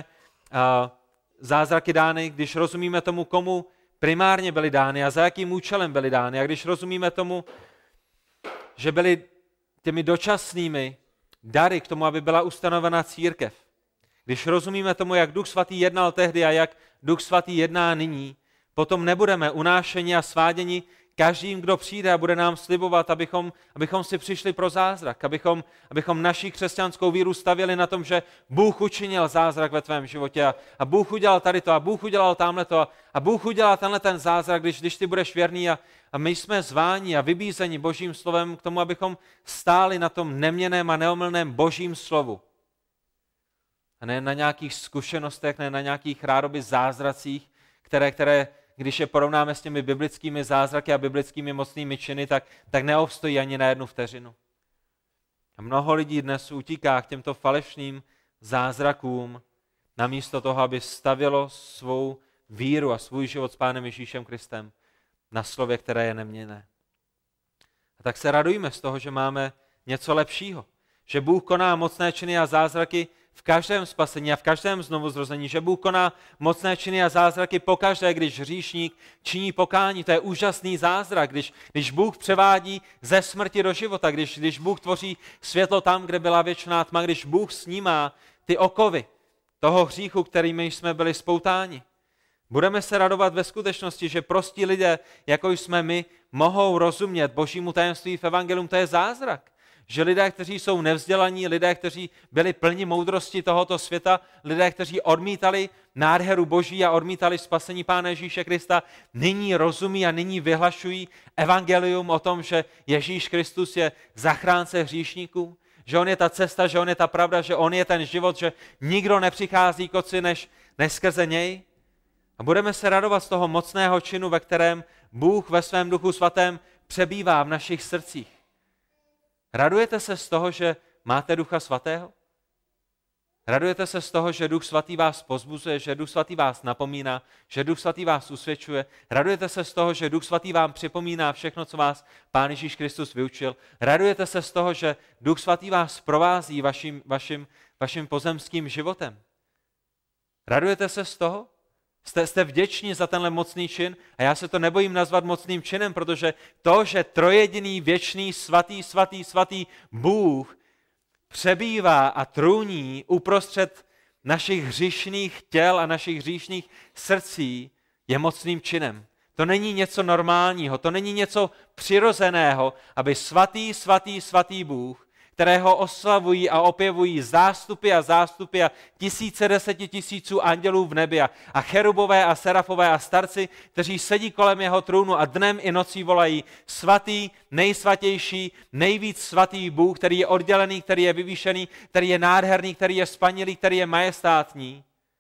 zázraky dány, když rozumíme tomu, komu primárně byly dány a za jakým účelem byly dány, a když rozumíme tomu, že byly těmi dočasnými dary k tomu, aby byla ustanovena církev. Když rozumíme tomu, jak Duch Svatý jednal tehdy a jak Duch Svatý jedná nyní, potom nebudeme unášeni a sváděni každým, kdo přijde a bude nám slibovat, abychom si přišli pro zázrak, abychom naši křesťanskou víru stavěli na tom, že Bůh učinil zázrak ve tvém životě a Bůh udělal tady to a Bůh udělal tamhleto a Bůh udělal tenhle ten zázrak, když ty budeš věrný a my jsme zváni a vybízeni Božím slovem k tomu, abychom stáli na tom neměnném a neomylném Božím slovu. A ne na nějakých zkušenostech, ne na nějakých rádoby zázracích, které když je porovnáme s těmi biblickými zázraky a biblickými mocnými činy, tak neobstojí ani na jednu vteřinu. A mnoho lidí dnes utíká k těmto falešným zázrakům, namísto toho, aby stavilo svou víru a svůj život s Pánem Ježíšem Kristem na slově, které je neměnné. A tak se radujme z toho, že máme něco lepšího. Že Bůh koná mocné činy a zázraky v každém spasení a v každém znovuzrození, že Bůh koná mocné činy a zázraky pokaždé, když hříšník činí pokání. To je úžasný zázrak, když Bůh převádí ze smrti do života, když Bůh tvoří světlo tam, kde byla věčná tma, když Bůh snímá ty okovy toho hříchu, kterými jsme byli spoutáni. Budeme se radovat ve skutečnosti, že prostí lidé, jako jsme my, mohou rozumět Božímu tajemství v evangelium, to je zázrak. Že lidé, kteří jsou nevzdělaní, lidé, kteří byli plni moudrosti tohoto světa, lidé, kteří odmítali nádheru Boží a odmítali spasení Pána Ježíše Krista, nyní rozumí a nyní vyhlašují evangelium o tom, že Ježíš Kristus je zachránce hříšníků, že on je ta cesta, že on je ta pravda, že on je ten život, že nikdo nepřichází k Otci než skrze něj. A budeme se radovat z toho mocného činu, ve kterém Bůh ve svém Duchu Svatém přebývá v našich srdcích. Radujete se z toho, že máte Ducha Svatého? Radujete se z toho, že Duch Svatý vás povzbuzuje, že Duch Svatý vás napomíná, že Duch Svatý vás usvědčuje? Radujete se z toho, že Duch Svatý vám připomíná všechno, co vás Pán Ježíš Kristus vyučil? Radujete se z toho, že Duch Svatý vás provází vaším pozemským životem? Radujete se z toho? Jste vděční za tenhle mocný čin? A já se to nebojím nazvat mocným činem, protože to, že trojjediný, věčný, svatý Bůh přebývá a trůní uprostřed našich hříšných těl a našich hříšných srdcí, je mocným činem. To není něco normálního, to není něco přirozeného, aby svatý Bůh, kterého oslavují a opěvují zástupy a tisíce, desetitisíců andělů v nebi a cherubové a serafové a starci, kteří sedí kolem jeho trůnu a dnem i nocí volají: svatý, nejsvatější, nejvíc svatý Bůh, který je oddělený, který je vyvýšený, který je nádherný, který je spanilý, který je majestátní,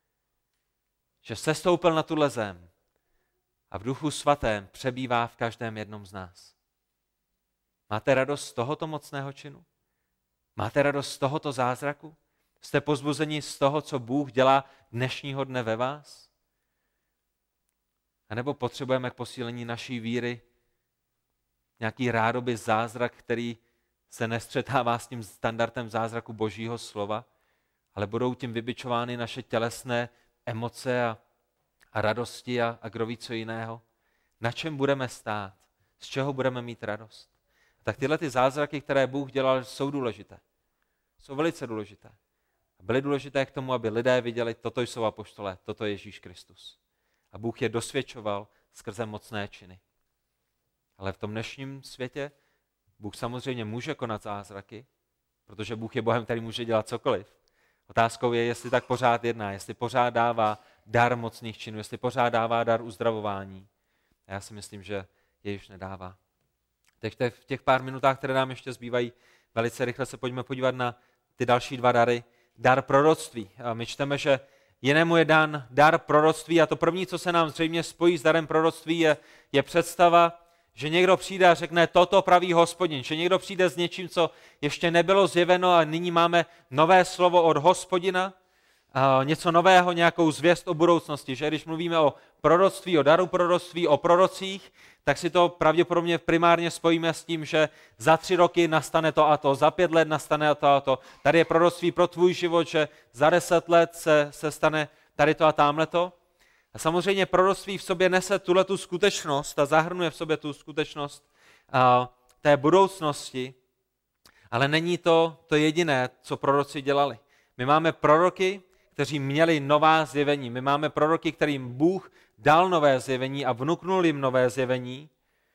že sestoupil na tuhle zem a v Duchu Svatém přebývá v každém jednom z nás. Máte radost z tohoto mocného činu? Máte radost z tohoto zázraku? Jste povzbuzeni z toho, co Bůh dělá dnešního dne ve vás? A nebo potřebujeme k posílení naší víry nějaký rádoby zázrak, který se nestřetává s tím standardem zázraku Božího slova, ale budou tím vybičovány naše tělesné emoce a radosti a kdo ví co jiného? Na čem budeme stát? Z čeho budeme mít radost? Tak tyhle ty zázraky, které Bůh dělal, jsou důležité. Jsou velice důležité. A byly důležité k tomu, aby lidé viděli, toto jsou apoštolé, toto je Ježíš Kristus. A Bůh je dosvědčoval skrze mocné činy. Ale v tom dnešním světě Bůh samozřejmě může konat zázraky, protože Bůh je Bohem, který může dělat cokoliv. Otázkou je, jestli tak pořád jedná, jestli pořád dává dar mocných činů, jestli pořád dává dar uzdravování. A já si myslím, že je již nedává. Teď v těch pár minutách, které nám ještě zbývají, velice rychle se pojďme podívat na ty další dva dary. Dar proroctví. A my čteme, že jinému je dán dar proroctví a to první, co se nám zřejmě spojí s darem proroctví, je představa, že někdo přijde a řekne: toto praví Hospodin, že někdo přijde s něčím, co ještě nebylo zjeveno a nyní máme nové slovo od Hospodina, něco nového, nějakou zvěst o budoucnosti, že když mluvíme o proroctví, o daru proroctví, o prorocích, tak si to pravděpodobně primárně spojíme s tím, že za 3 roky nastane to a to, za 5 let nastane to a to. Tady je proroctví pro tvůj život, že za 10 let se stane tady to a támhleto. A samozřejmě proroctví v sobě nese tuhletu skutečnost a zahrnuje v sobě tu skutečnost té budoucnosti, ale není to jediné, co proroci dělali. My máme proroky, kteří měli nová zjevení. My máme proroky, kterým Bůh dal nové zjevení a vnuknul jim nové zjevení.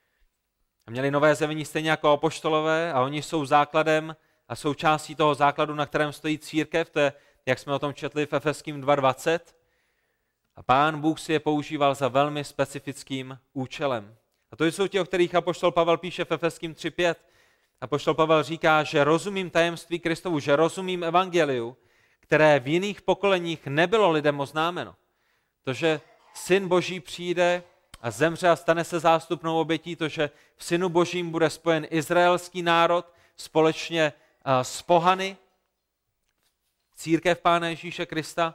A měli nové zjevení stejně jako apoštolové a oni jsou základem a součástí toho základu, na kterém stojí církev. To je, jak jsme o tom četli v Efeským 2.20. A Pán Bůh si je používal za velmi specifickým účelem. A to jsou ti, o kterých apoštol Pavel píše v Efeským 3.5. Apoštol Pavel říká, že rozumím tajemství Kristovu, že rozumím evangeliu, které v jiných pokoleních nebylo lidem oznámeno. To, že Syn Boží přijde a zemře a stane se zástupnou obětí, to, že v Synu Božím bude spojen izraelský národ společně s pohany, církev Pána Ježíše Krista,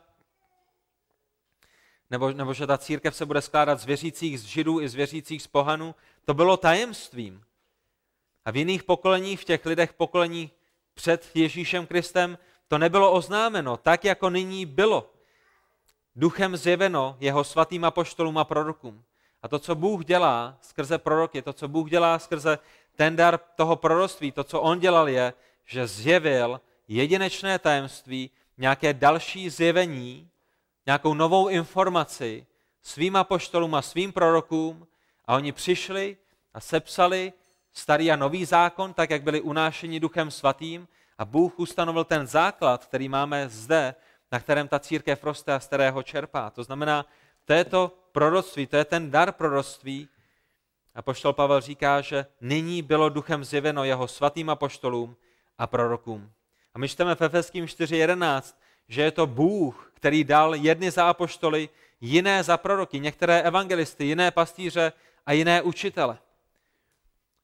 nebo že ta církev se bude skládat z věřících z Židů i z věřících z pohanů, to bylo tajemstvím. A v jiných pokoleních, v těch lidech pokolení před Ježíšem Kristem, to nebylo oznámeno, tak jako nyní bylo. Duchem zjeveno jeho svatým apoštolům a prorokům. A to, co Bůh dělá skrze proroky, to, co Bůh dělá skrze ten dar toho proroctví, to, co on dělal, je, že zjevil jedinečné tajemství, nějaké další zjevení, nějakou novou informaci svým apoštolům a svým prorokům a oni přišli a sepsali starý a nový zákon, tak jak byli unášeni Duchem svatým a Bůh ustanovil ten základ, který máme zde, na kterém ta církev roste a z kterého čerpá. To znamená, to je to proroctví, to je ten dar proroctví. Apoštol Pavel říká, že nyní bylo Duchem zjeveno jeho svatým apoštolům a prorokům. A my čteme v Efeským 4.11, že je to Bůh, který dal jedny za apoštoly, jiné za proroky, některé evangelisty, jiné pastýře a jiné učitele.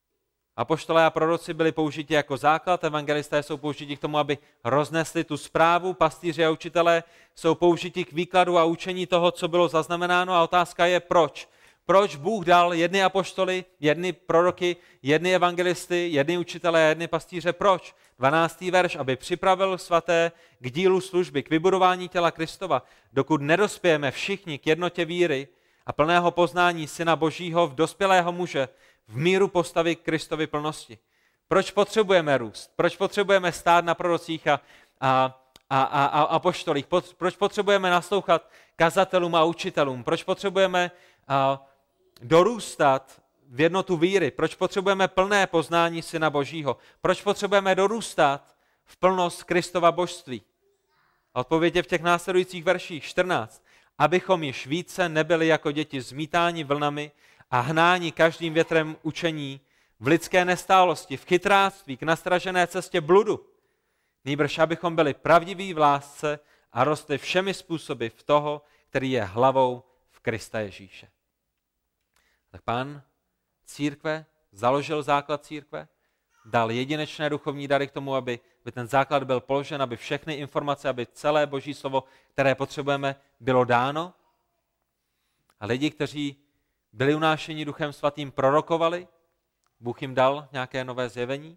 Apoštolé a proroci byli použiti jako základ, evangelisté jsou použiti k tomu, aby roznesli tu zprávu, pastýři a učitelé jsou použiti k výkladu a učení toho, co bylo zaznamenáno a otázka je proč. Proč Bůh dal jedny apoštoly, jedny proroky, jedny evangelisty, jedny učitelé a jedny pastýře? Proč? 12. verš, aby připravil svaté k dílu služby, k vybudování těla Kristova, dokud nedospějeme všichni k jednotě víry a plného poznání Syna Božího v dospělého muže, v míru postavy Kristovy plnosti. Proč potřebujeme růst? Proč potřebujeme stát na prorocích a apoštolích? Proč potřebujeme naslouchat kazatelům a učitelům? Proč potřebujeme dorůstat v jednotu víry? Proč potřebujeme plné poznání Syna Božího? Proč potřebujeme dorůstat v plnost Kristova božství? A odpověď je v těch následujících verších 14. Abychom již více nebyli jako děti zmítáni vlnami a hnáni každým větrem učení, v lidské nestálosti, v chytráctví, k nastražené cestě bludu. Nýbrž abychom byli pravdiví v lásce a rostli všemi způsoby v toho, který je hlavou v Krista Ježíše. Tak Pán církve založil základ církve, dal jedinečné duchovní dary k tomu, aby ten základ byl položen, aby všechny informace, aby celé Boží slovo, které potřebujeme, bylo dáno. A lidi, kteří byli unášeni Duchem Svatým, prorokovali, Bůh jim dal nějaké nové zjevení.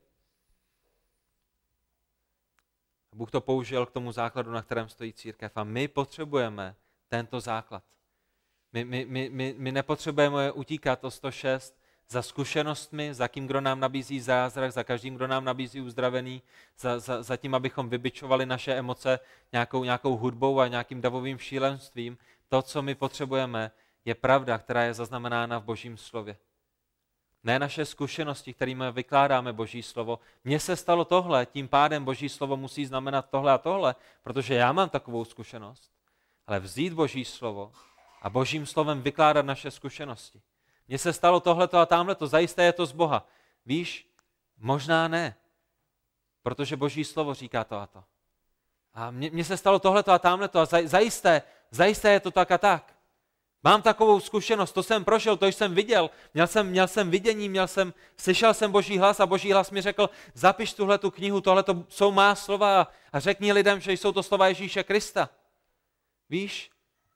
Bůh to použil k tomu základu, na kterém stojí církev. A my potřebujeme tento základ. My nepotřebujeme utíkat o 106 za zkušenostmi, za kým, kdo nám nabízí zázrak, za každým, kdo nám nabízí uzdravení, za tím, abychom vybičovali naše emoce nějakou hudbou a nějakým davovým šílenstvím. To, co my potřebujeme, je pravda, která je zaznamenána v Božím slově. Ne naše zkušenosti, kterými vykládáme Boží slovo. Mně se stalo tohle, tím pádem Boží slovo musí znamenat tohle a tohle, protože já mám takovou zkušenost. Ale vzít Boží slovo a Božím slovem vykládat naše zkušenosti. Mně se stalo tohleto a tamhleto, zajisté je to z Boha. Víš, možná ne, protože Boží slovo říká to a to. A mně se stalo tohleto a tamhleto a zajisté je to tak a tak. Mám takovou zkušenost, to jsem prošel, to jsem viděl, měl jsem vidění, slyšel jsem Boží hlas a Boží hlas mi řekl, zapiš tuhletu knihu, tohleto jsou má slova a řekni lidem, že jsou to slova Ježíše Krista. Víš?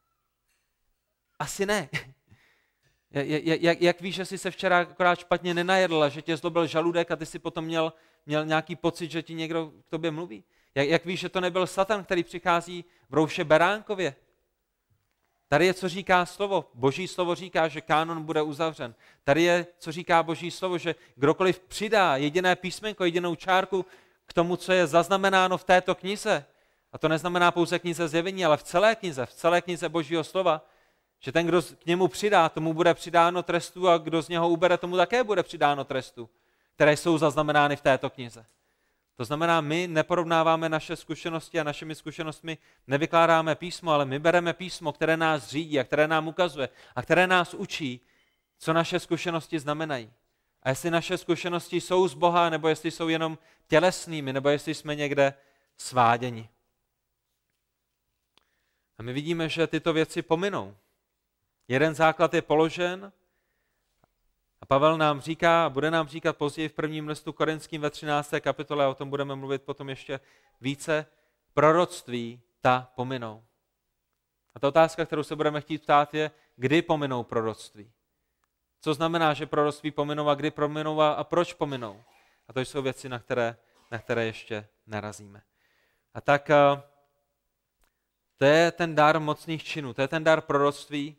Asi ne. Jak víš, že jsi se včera akorát špatně nenajedl a že tě zlobil žaludek a ty si potom měl nějaký pocit, že ti někdo k tobě mluví? Jak víš, že to nebyl Satan, který přichází v rouše beránkově? Tady je, co říká slovo. Boží slovo říká, že kánon bude uzavřen. Tady je, co říká Boží slovo, že kdokoliv přidá jediné písmenko, jedinou čárku k tomu, co je zaznamenáno v této knize, a to neznamená pouze knize Zjevení, ale v celé knize Božího slova, že ten, kdo k němu přidá, tomu bude přidáno trestu a kdo z něho ubere, tomu také bude přidáno trestu, které jsou zaznamenány v této knize. To znamená, my neporovnáváme naše zkušenosti a našimi zkušenostmi nevykládáme písmo, ale my bereme písmo, které nás řídí a které nám ukazuje a které nás učí, co naše zkušenosti znamenají. A jestli naše zkušenosti jsou z Boha, nebo jestli jsou jenom tělesnými, nebo jestli jsme někde sváděni. A my vidíme, že tyto věci pominou. Jeden základ je položen a Pavel nám říká, a bude nám říkat později v prvním listu Korinským ve 13. kapitole, a o tom budeme mluvit potom ještě více, proroctví ta pominou. A ta otázka, kterou se budeme chtít ptát, je, kdy pominou proroctví. Co znamená, že proroctví pominou a kdy pominou a proč pominou. A to jsou věci, na které ještě narazíme. A tak to je ten dar mocných činů, to je ten dar proroctví.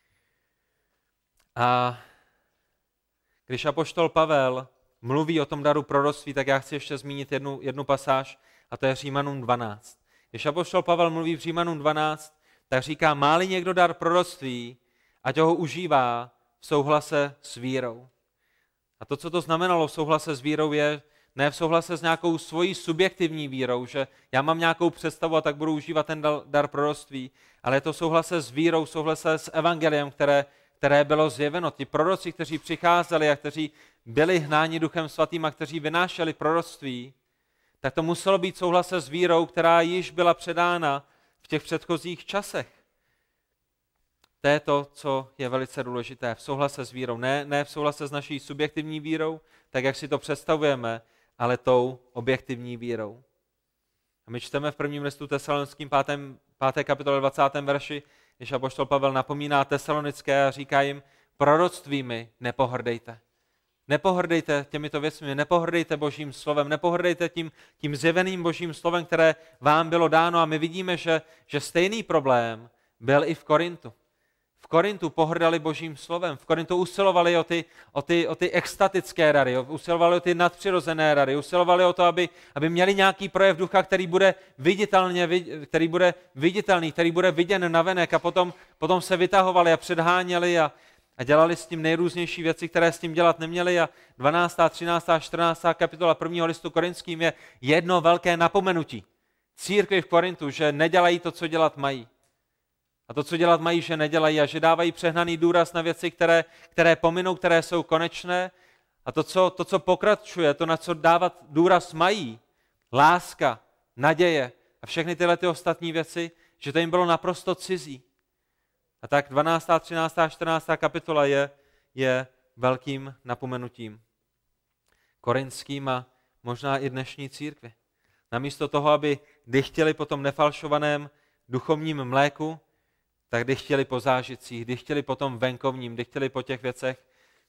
A když apoštol Pavel mluví o tom daru proroctví, tak já chci ještě zmínit jednu pasáž, a to je Římanům 12. Když apoštol Pavel mluví v Římanům 12, tak říká, má-li někdo dar proroctví, ať ho užívá v souhlase s vírou. A to, co to znamenalo v souhlase s vírou, je ne v souhlase s nějakou svojí subjektivní vírou, že já mám nějakou představu a tak budu užívat ten dar proroctví, ale je to souhlase s vírou, souhlase s evangeliem, které bylo zjeveno. Ti proroci, kteří přicházeli a kteří byli hnáni Duchem Svatým a kteří vynášeli proroctví, tak to muselo být souhlase s vírou, která již byla předána v těch předchozích časech. To je to, co je velice důležité. V souhlase s vírou. Ne v souhlase s naší subjektivní vírou, tak jak si to představujeme, ale tou objektivní vírou. A my čteme v prvním listu Tesalonickým 5. kapitole 20. verši, když apoštol Pavel napomíná Tesalonické a říká jim, proroctvími nepohrdejte. Nepohrdejte těmito věcmi, nepohrdejte Božím slovem, nepohrdejte tím zjeveným Božím slovem, které vám bylo dáno. A my vidíme, že stejný problém byl i v Korintu. V Korintu pohrdali Božím slovem, v Korintu usilovali o ty extatické rady, usilovali o ty nadpřirozené rady, usilovali o to, aby měli nějaký projev ducha, který bude viditelný, který bude viděn navenek, a potom se vytahovali a předháněli a dělali s tím nejrůznější věci, které s tím dělat neměli. A 12., 13. a 14. kapitola 1. listu Korinským je jedno velké napomenutí církvi v Korintu, že nedělají to, co dělat mají. A to, co dělat mají, že nedělají, a že dávají přehnaný důraz na věci, které pominou, které jsou konečné. A to, co pokračuje, to, na co dávat důraz mají, láska, naděje a všechny tyhle ty ostatní věci, že to jim bylo naprosto cizí. A tak 12., 13. a 14. kapitola je velkým napomenutím korinským a možná i dnešní církvi. Namísto toho, aby dychtěli po tom nefalšovaném duchovním mléku, tak dychtěli po zážitcích, dychtěli po tom venkovním, dychtěli po těch věcech,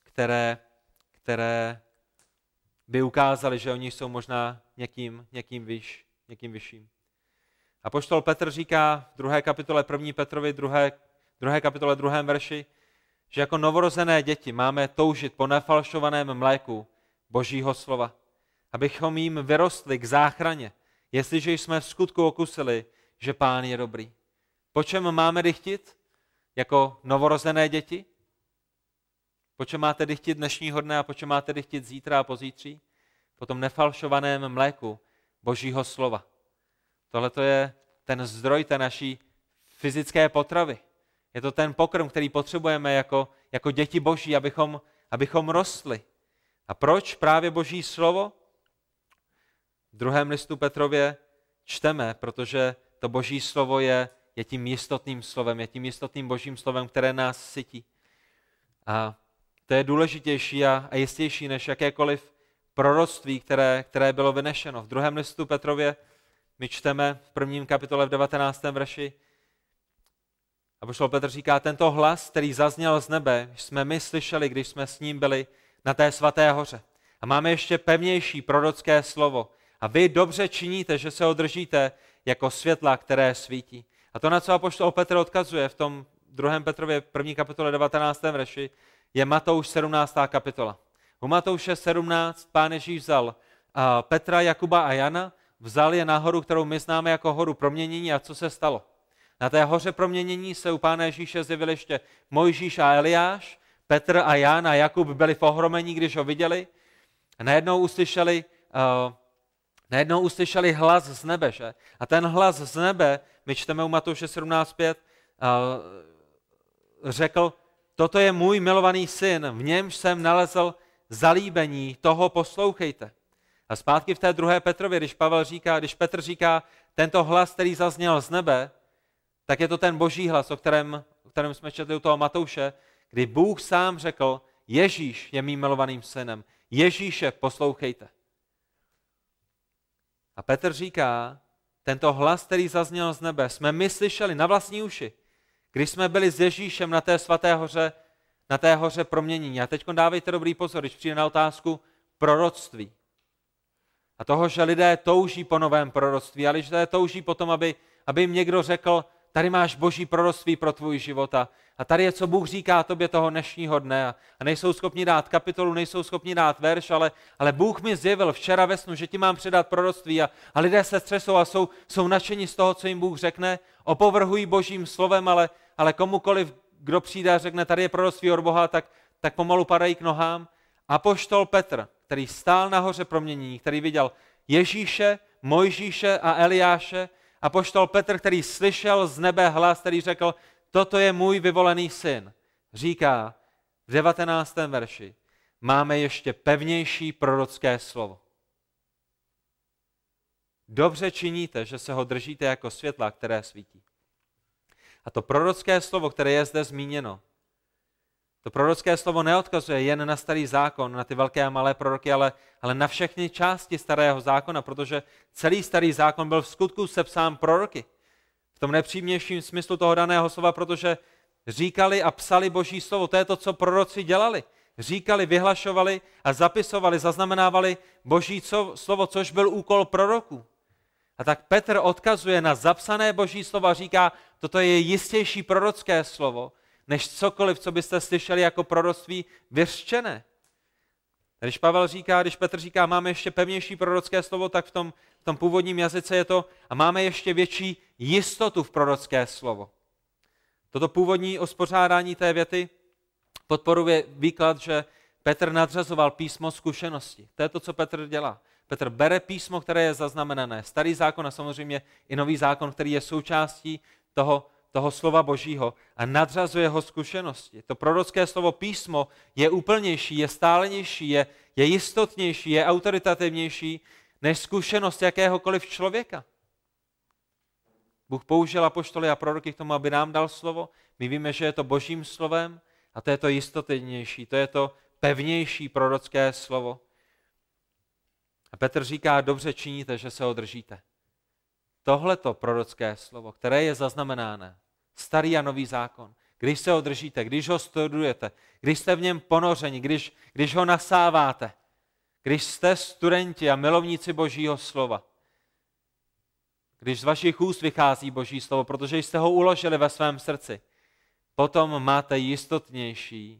které by ukázaly, že oni jsou možná někým vyšším. Apoštol Petr říká v 2. kapitole 1. Petrovi, 2. kapitole 2. verši, že jako novorozené děti máme toužit po nefalšovaném mléku Božího slova, abychom jim vyrostli k záchraně, jestliže jsme v skutku okusili, že Pán je dobrý. Po čem máme dychtit jako novorozené děti? Po čem máte dychtit dnešního dne a po čem máte dychtit zítra a pozítří? Po tom nefalšovaném mléku Božího slova. Tohle je ten zdroj té naší fyzické potravy. Je to ten pokrm, který potřebujeme jako děti Boží, abychom rostli. A proč právě Boží slovo? V 2. listu Petrově čteme, protože to Boží slovo je tím jistotným slovem, je tím jistotným Božím slovem, které nás sytí. A to je důležitější a jistější než jakékoliv proroctví, které bylo vynešeno. V 2. listu Petrově my čteme v 1. kapitole v 19. verši, apoštol Petr říká, tento hlas, který zazněl z nebe, jsme my slyšeli, když jsme s ním byli na té svaté hoře. A máme ještě pevnější prorocké slovo. A vy dobře činíte, že se ho držíte jako světla, které svítí. A to, na co apoštol Petr odkazuje v tom 2. Petrově 1. kapitole 19. verši, je Matouš 17. kapitola. U Matouše 17 Pán Ježíš vzal Petra, Jakuba a Jana, vzal je na horu, kterou my známe jako horu proměnění. A co se stalo? Na té hoře proměnění se u Pána Ježíše zjevili ještě Mojžíš a Eliáš, Petr a Jan a Jakub byli v ohromení, když ho viděli. A najednou uslyšeli hlas z nebe, že? A ten hlas z nebe, my čteme u Matouše 17.5, řekl, toto je můj milovaný syn, v němž jsem nalezl zalíbení, toho poslouchejte. A zpátky v té 2. Petrově, když Petr říká, tento hlas, který zazněl z nebe, tak je to ten Boží hlas, o kterém jsme četli u toho Matouše, kdy Bůh sám řekl, Ježíš je mým milovaným synem, Ježíše poslouchejte. A Petr říká, tento hlas, který zazněl z nebe, jsme my slyšeli na vlastní uši, když jsme byli s Ježíšem na té svaté hoře, na té hoře proměnění. A teď dávejte dobrý pozor, když přijde na otázku proroctví. A toho, že lidé touží po novém proroctví, ale lidé touží potom, aby jim někdo řekl, tady máš Boží proroctví pro tvůj život a tady je, co Bůh říká tobě toho dnešního dne a nejsou schopni dát kapitolu, nejsou schopni dát verš, ale Bůh mi zjevil včera ve snu, že ti mám předat proroctví a lidé se třesou a jsou nadšení z toho, co jim Bůh řekne, opovrhují Božím slovem, ale komukoliv, kdo přijde a řekne, tady je proroctví od Boha, tak pomalu padají k nohám. Apoštol Petr, který stál na hoře proměnění, který viděl Ježíše, Mojžíše a Eliáše, apoštol Petr, který slyšel z nebe hlas, který řekl, toto je můj vyvolený syn, říká v 19. verši, máme ještě pevnější prorocké slovo. Dobře činíte, že se ho držíte jako světla, které svítí. A to prorocké slovo, které je zde zmíněno, To prorocké slovo neodkazuje jen na starý zákon, na ty velké a malé proroky, ale na všechny části starého zákona, protože celý starý zákon byl v skutku sepsán proroky. V tom nejpřímějším smyslu toho daného slova, protože říkali a psali Boží slovo. To je to, co proroci dělali. Říkali, vyhlašovali a zapisovali, zaznamenávali Boží slovo, což byl úkol proroků. A tak Petr odkazuje na zapsané Boží slovo a říká, toto je jistější prorocké slovo, než cokoliv, co byste slyšeli jako proroctví vyřčené. Když Petr říká, máme ještě pevnější prorocké slovo, tak v tom původním jazyce je to a máme ještě větší jistotu v prorocké slovo. Toto původní uspořádání té věty podporuje výklad, že Petr nadřazoval písmo zkušenosti. To je to, co Petr dělá. Petr bere písmo, které je zaznamenané, starý zákon a samozřejmě i nový zákon, který je součástí toho slova Božího a nadřazuje ho zkušenosti. To prorocké slovo písmo je úplnější, je stálenější, je jistotnější, je autoritativnější než zkušenost jakéhokoliv člověka. Bůh použil apoštoly a proroky k tomu, aby nám dal slovo. My víme, že je to Božím slovem a to je to jistotnější, to je to pevnější prorocké slovo. A Petr říká, dobře činíte, že se ho držíte. Tohleto prorocké slovo, které je zaznamenáno, starý a nový zákon, když se ho držíte, když ho studujete, když jste v něm ponořeni, když ho nasáváte, když jste studenti a milovníci Božího slova, když z vašich úst vychází Boží slovo, protože jste ho uložili ve svém srdci, potom máte jistotnější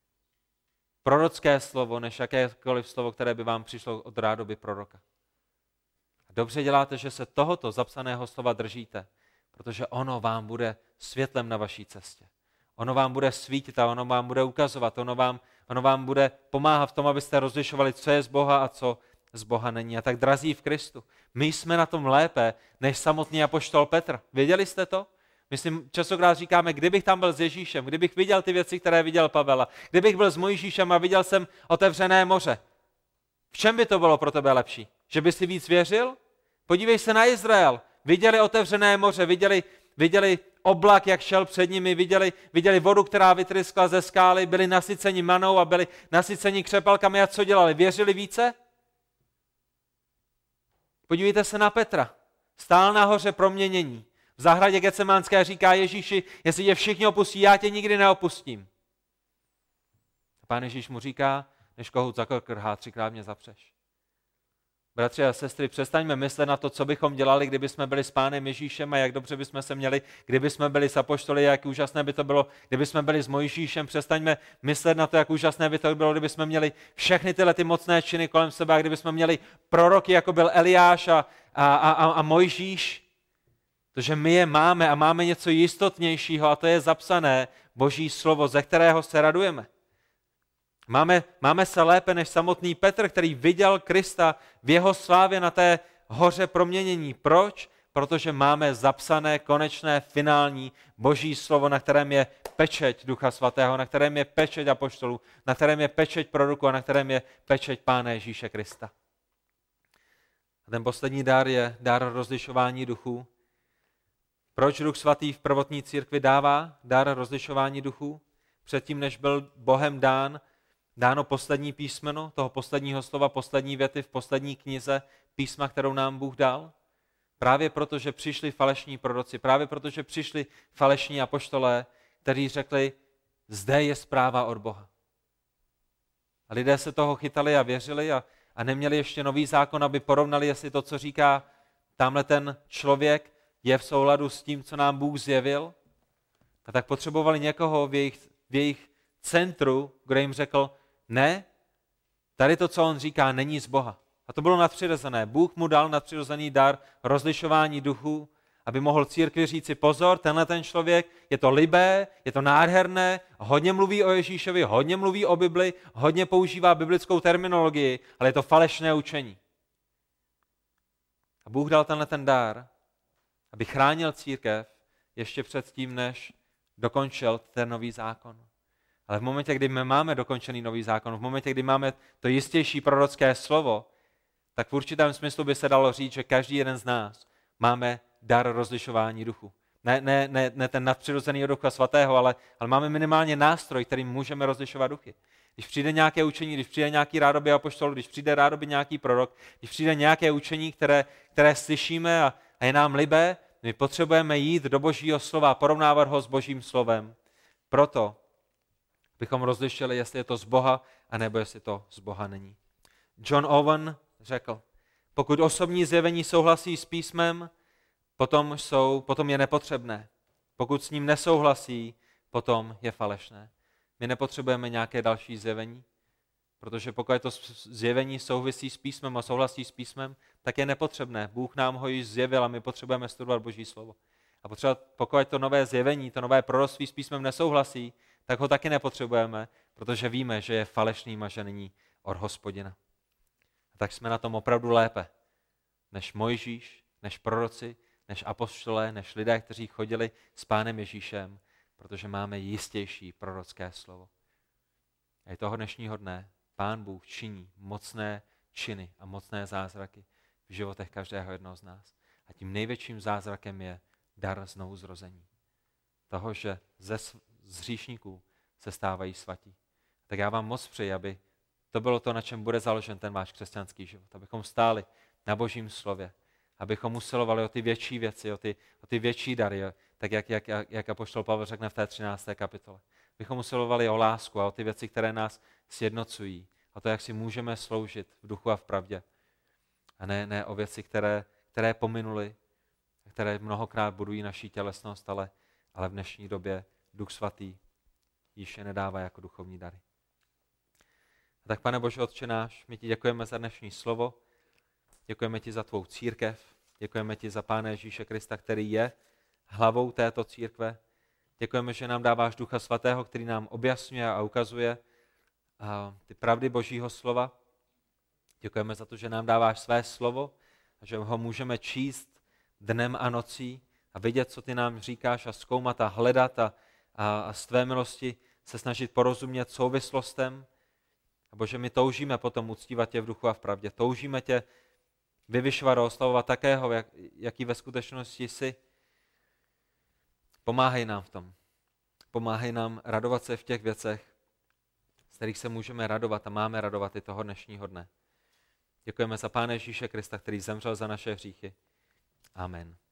prorocké slovo, než jakékoliv slovo, které by vám přišlo od rádoby proroka. Dobře děláte, že se tohoto zapsaného slova držíte, protože ono vám bude světlem na vaší cestě. Ono vám bude svítit a ono vám bude ukazovat, ono vám bude pomáhat v tom, abyste rozlišovali, co je z Boha a co z Boha není. A tak drazí v Kristu, my jsme na tom lépe než samotný apoštol Petr. Věděli jste to? Myslím, častokrát říkáme, kdybych tam byl s Ježíšem, kdybych viděl ty věci, které viděl Pavel, kdybych byl s Mojžíšem a viděl jsem otevřené moře. V čem by to bylo pro tebe lepší? Že by si víc věřil? Podívej se na Izrael. Viděli otevřené moře, viděli oblak, jak šel před nimi, viděli vodu, která vytryskla ze skály, byli nasyceni manou a byli nasyceni křepelkami. A co dělali? Věřili více? Podívejte se na Petra. Stál nahoře proměnění. V zahradě Getsemanské říká Ježíši, jestli tě všichni opustí, já tě nikdy neopustím. A Pán Ježíš mu říká, než kohout zakrkrhá, 3krát mě zapřeš. Bratři a sestry, přestaňme myslet na to, co bychom dělali, kdyby jsme byli s Pánem Ježíšem a jak dobře bychom se měli, kdyby jsme byli s apoštoly, jak úžasné by to bylo, kdyby jsme byli s Mojžíšem. Přestaňme myslet na to, jak úžasné by to bylo, kdyby jsme měli všechny tyhle ty mocné činy kolem sebe a kdyby jsme měli proroky, jako byl Eliáš a Mojžíš. Protože my je máme a máme něco jistotnějšího a to je zapsané Boží slovo, ze kterého se radujeme. Máme se lépe než samotný Petr, který viděl Krista v jeho slávě na té hoře proměnění. Proč? Protože máme zapsané, konečné, finální Boží slovo, na kterém je pečeť Ducha Svatého, na kterém je pečeť apoštolů, na kterém je pečeť proroků a na kterém je pečeť Pána Ježíše Krista. A ten poslední dar je dar rozlišování duchů. Proč Duch Svatý v prvotní církvi dává dar rozlišování duchů? Předtím, než byl Bohem dáno poslední písmeno, toho posledního slova, poslední věty v poslední knize písma, kterou nám Bůh dal? Právě proto, že přišli falešní proroci, právě proto, že přišli falešní apoštolé, kteří řekli, zde je zpráva od Boha. A lidé se toho chytali a věřili a neměli ještě nový zákon, aby porovnali, jestli to, co říká tamhle ten člověk, je v souladu s tím, co nám Bůh zjevil. A tak potřebovali někoho v jejich centru, kdo jim řekl, ne, tady to, co on říká, není z Boha. A to bylo nadpřirozené. Bůh mu dal nadpřirozený dar rozlišování duchů, aby mohl církvi říci pozor, tenhle ten člověk, je to libé, je to nádherné, hodně mluví o Ježíšovi, hodně mluví o Bibli, hodně používá biblickou terminologii, ale je to falešné učení. A Bůh dal tenhle ten dar, aby chránil církev ještě předtím, než dokončil ten nový zákon. Ale v momentě, kdy my máme dokončený nový zákon, v momentě, kdy máme to jistější prorocké slovo, tak v určitém smyslu by se dalo říct, že každý jeden z nás máme dar rozlišování duchu. Ne ten nadpřirozený Ducha Svatého, ale máme minimálně nástroj, kterým můžeme rozlišovat duchy. Když přijde nějaké učení, když přijde nějaký rádoby apoštol, když přijde rádoby nějaký prorok, když přijde nějaké učení, které slyšíme a je nám libé, my potřebujeme jít do Božího slova a porovnávat ho s Božím slovem. Proto bychom rozlišili, jestli je to z Boha, anebo jestli to z Boha není. John Owen řekl, pokud osobní zjevení souhlasí s písmem, potom je nepotřebné. Pokud s ním nesouhlasí, potom je falešné. My nepotřebujeme nějaké další zjevení, protože pokud to zjevení souvisí s písmem a souhlasí s písmem, tak je nepotřebné. Bůh nám ho již zjevil a my potřebujeme studovat Boží slovo. A pokud to nové zjevení, to nové proroctví s písmem nesouhlasí, tak ho taky nepotřebujeme, protože víme, že je falešným a že není od Hospodina. A tak jsme na tom opravdu lépe, než Mojžíš, než proroci, než apoštolé, než lidé, kteří chodili s Pánem Ježíšem, protože máme jistější prorocké slovo. A i toho dnešního dne Pán Bůh činí mocné činy a mocné zázraky v životech každého jednoho z nás. A tím největším zázrakem je dar znovuzrození. Toho, že z hříšníků se stávají svatí. Tak já vám moc přeji, aby to bylo to, na čem bude založen ten váš křesťanský život. Abychom stáli na Božím slově. Abychom usilovali o ty větší věci, o ty větší dary, tak jak apoštol Pavel řekne v té 13. kapitole. Abychom usilovali o lásku a o ty věci, které nás sjednocují. O to, jak si můžeme sloužit v duchu a v pravdě. A ne o věci, které pominuly, které mnohokrát budují naší tělesnost, ale v dnešní době Duch Svatý již je nedává jako duchovní dary. A tak, Pane Bože, Otče náš, my ti děkujeme za dnešní slovo, děkujeme ti za tvou církev, děkujeme ti za Pána Ježíše Krista, který je hlavou této církve. Děkujeme, že nám dáváš Ducha Svatého, který nám objasňuje a ukazuje ty pravdy Božího slova. Děkujeme za to, že nám dáváš své slovo a že ho můžeme číst dnem a nocí a vidět, co ty nám říkáš a zkoumat a hledat a z tvé milosti se snažit porozumět souvislostem. A Bože, my toužíme potom uctívat tě v duchu a v pravdě. Toužíme tě vyvyšovat a oslavovat takého, jaký ve skutečnosti jsi. Pomáhej nám v tom. Pomáhej nám radovat se v těch věcech, z kterých se můžeme radovat a máme radovat i toho dnešního dne. Děkujeme za Pána Ježíše Krista, který zemřel za naše hříchy. Amen.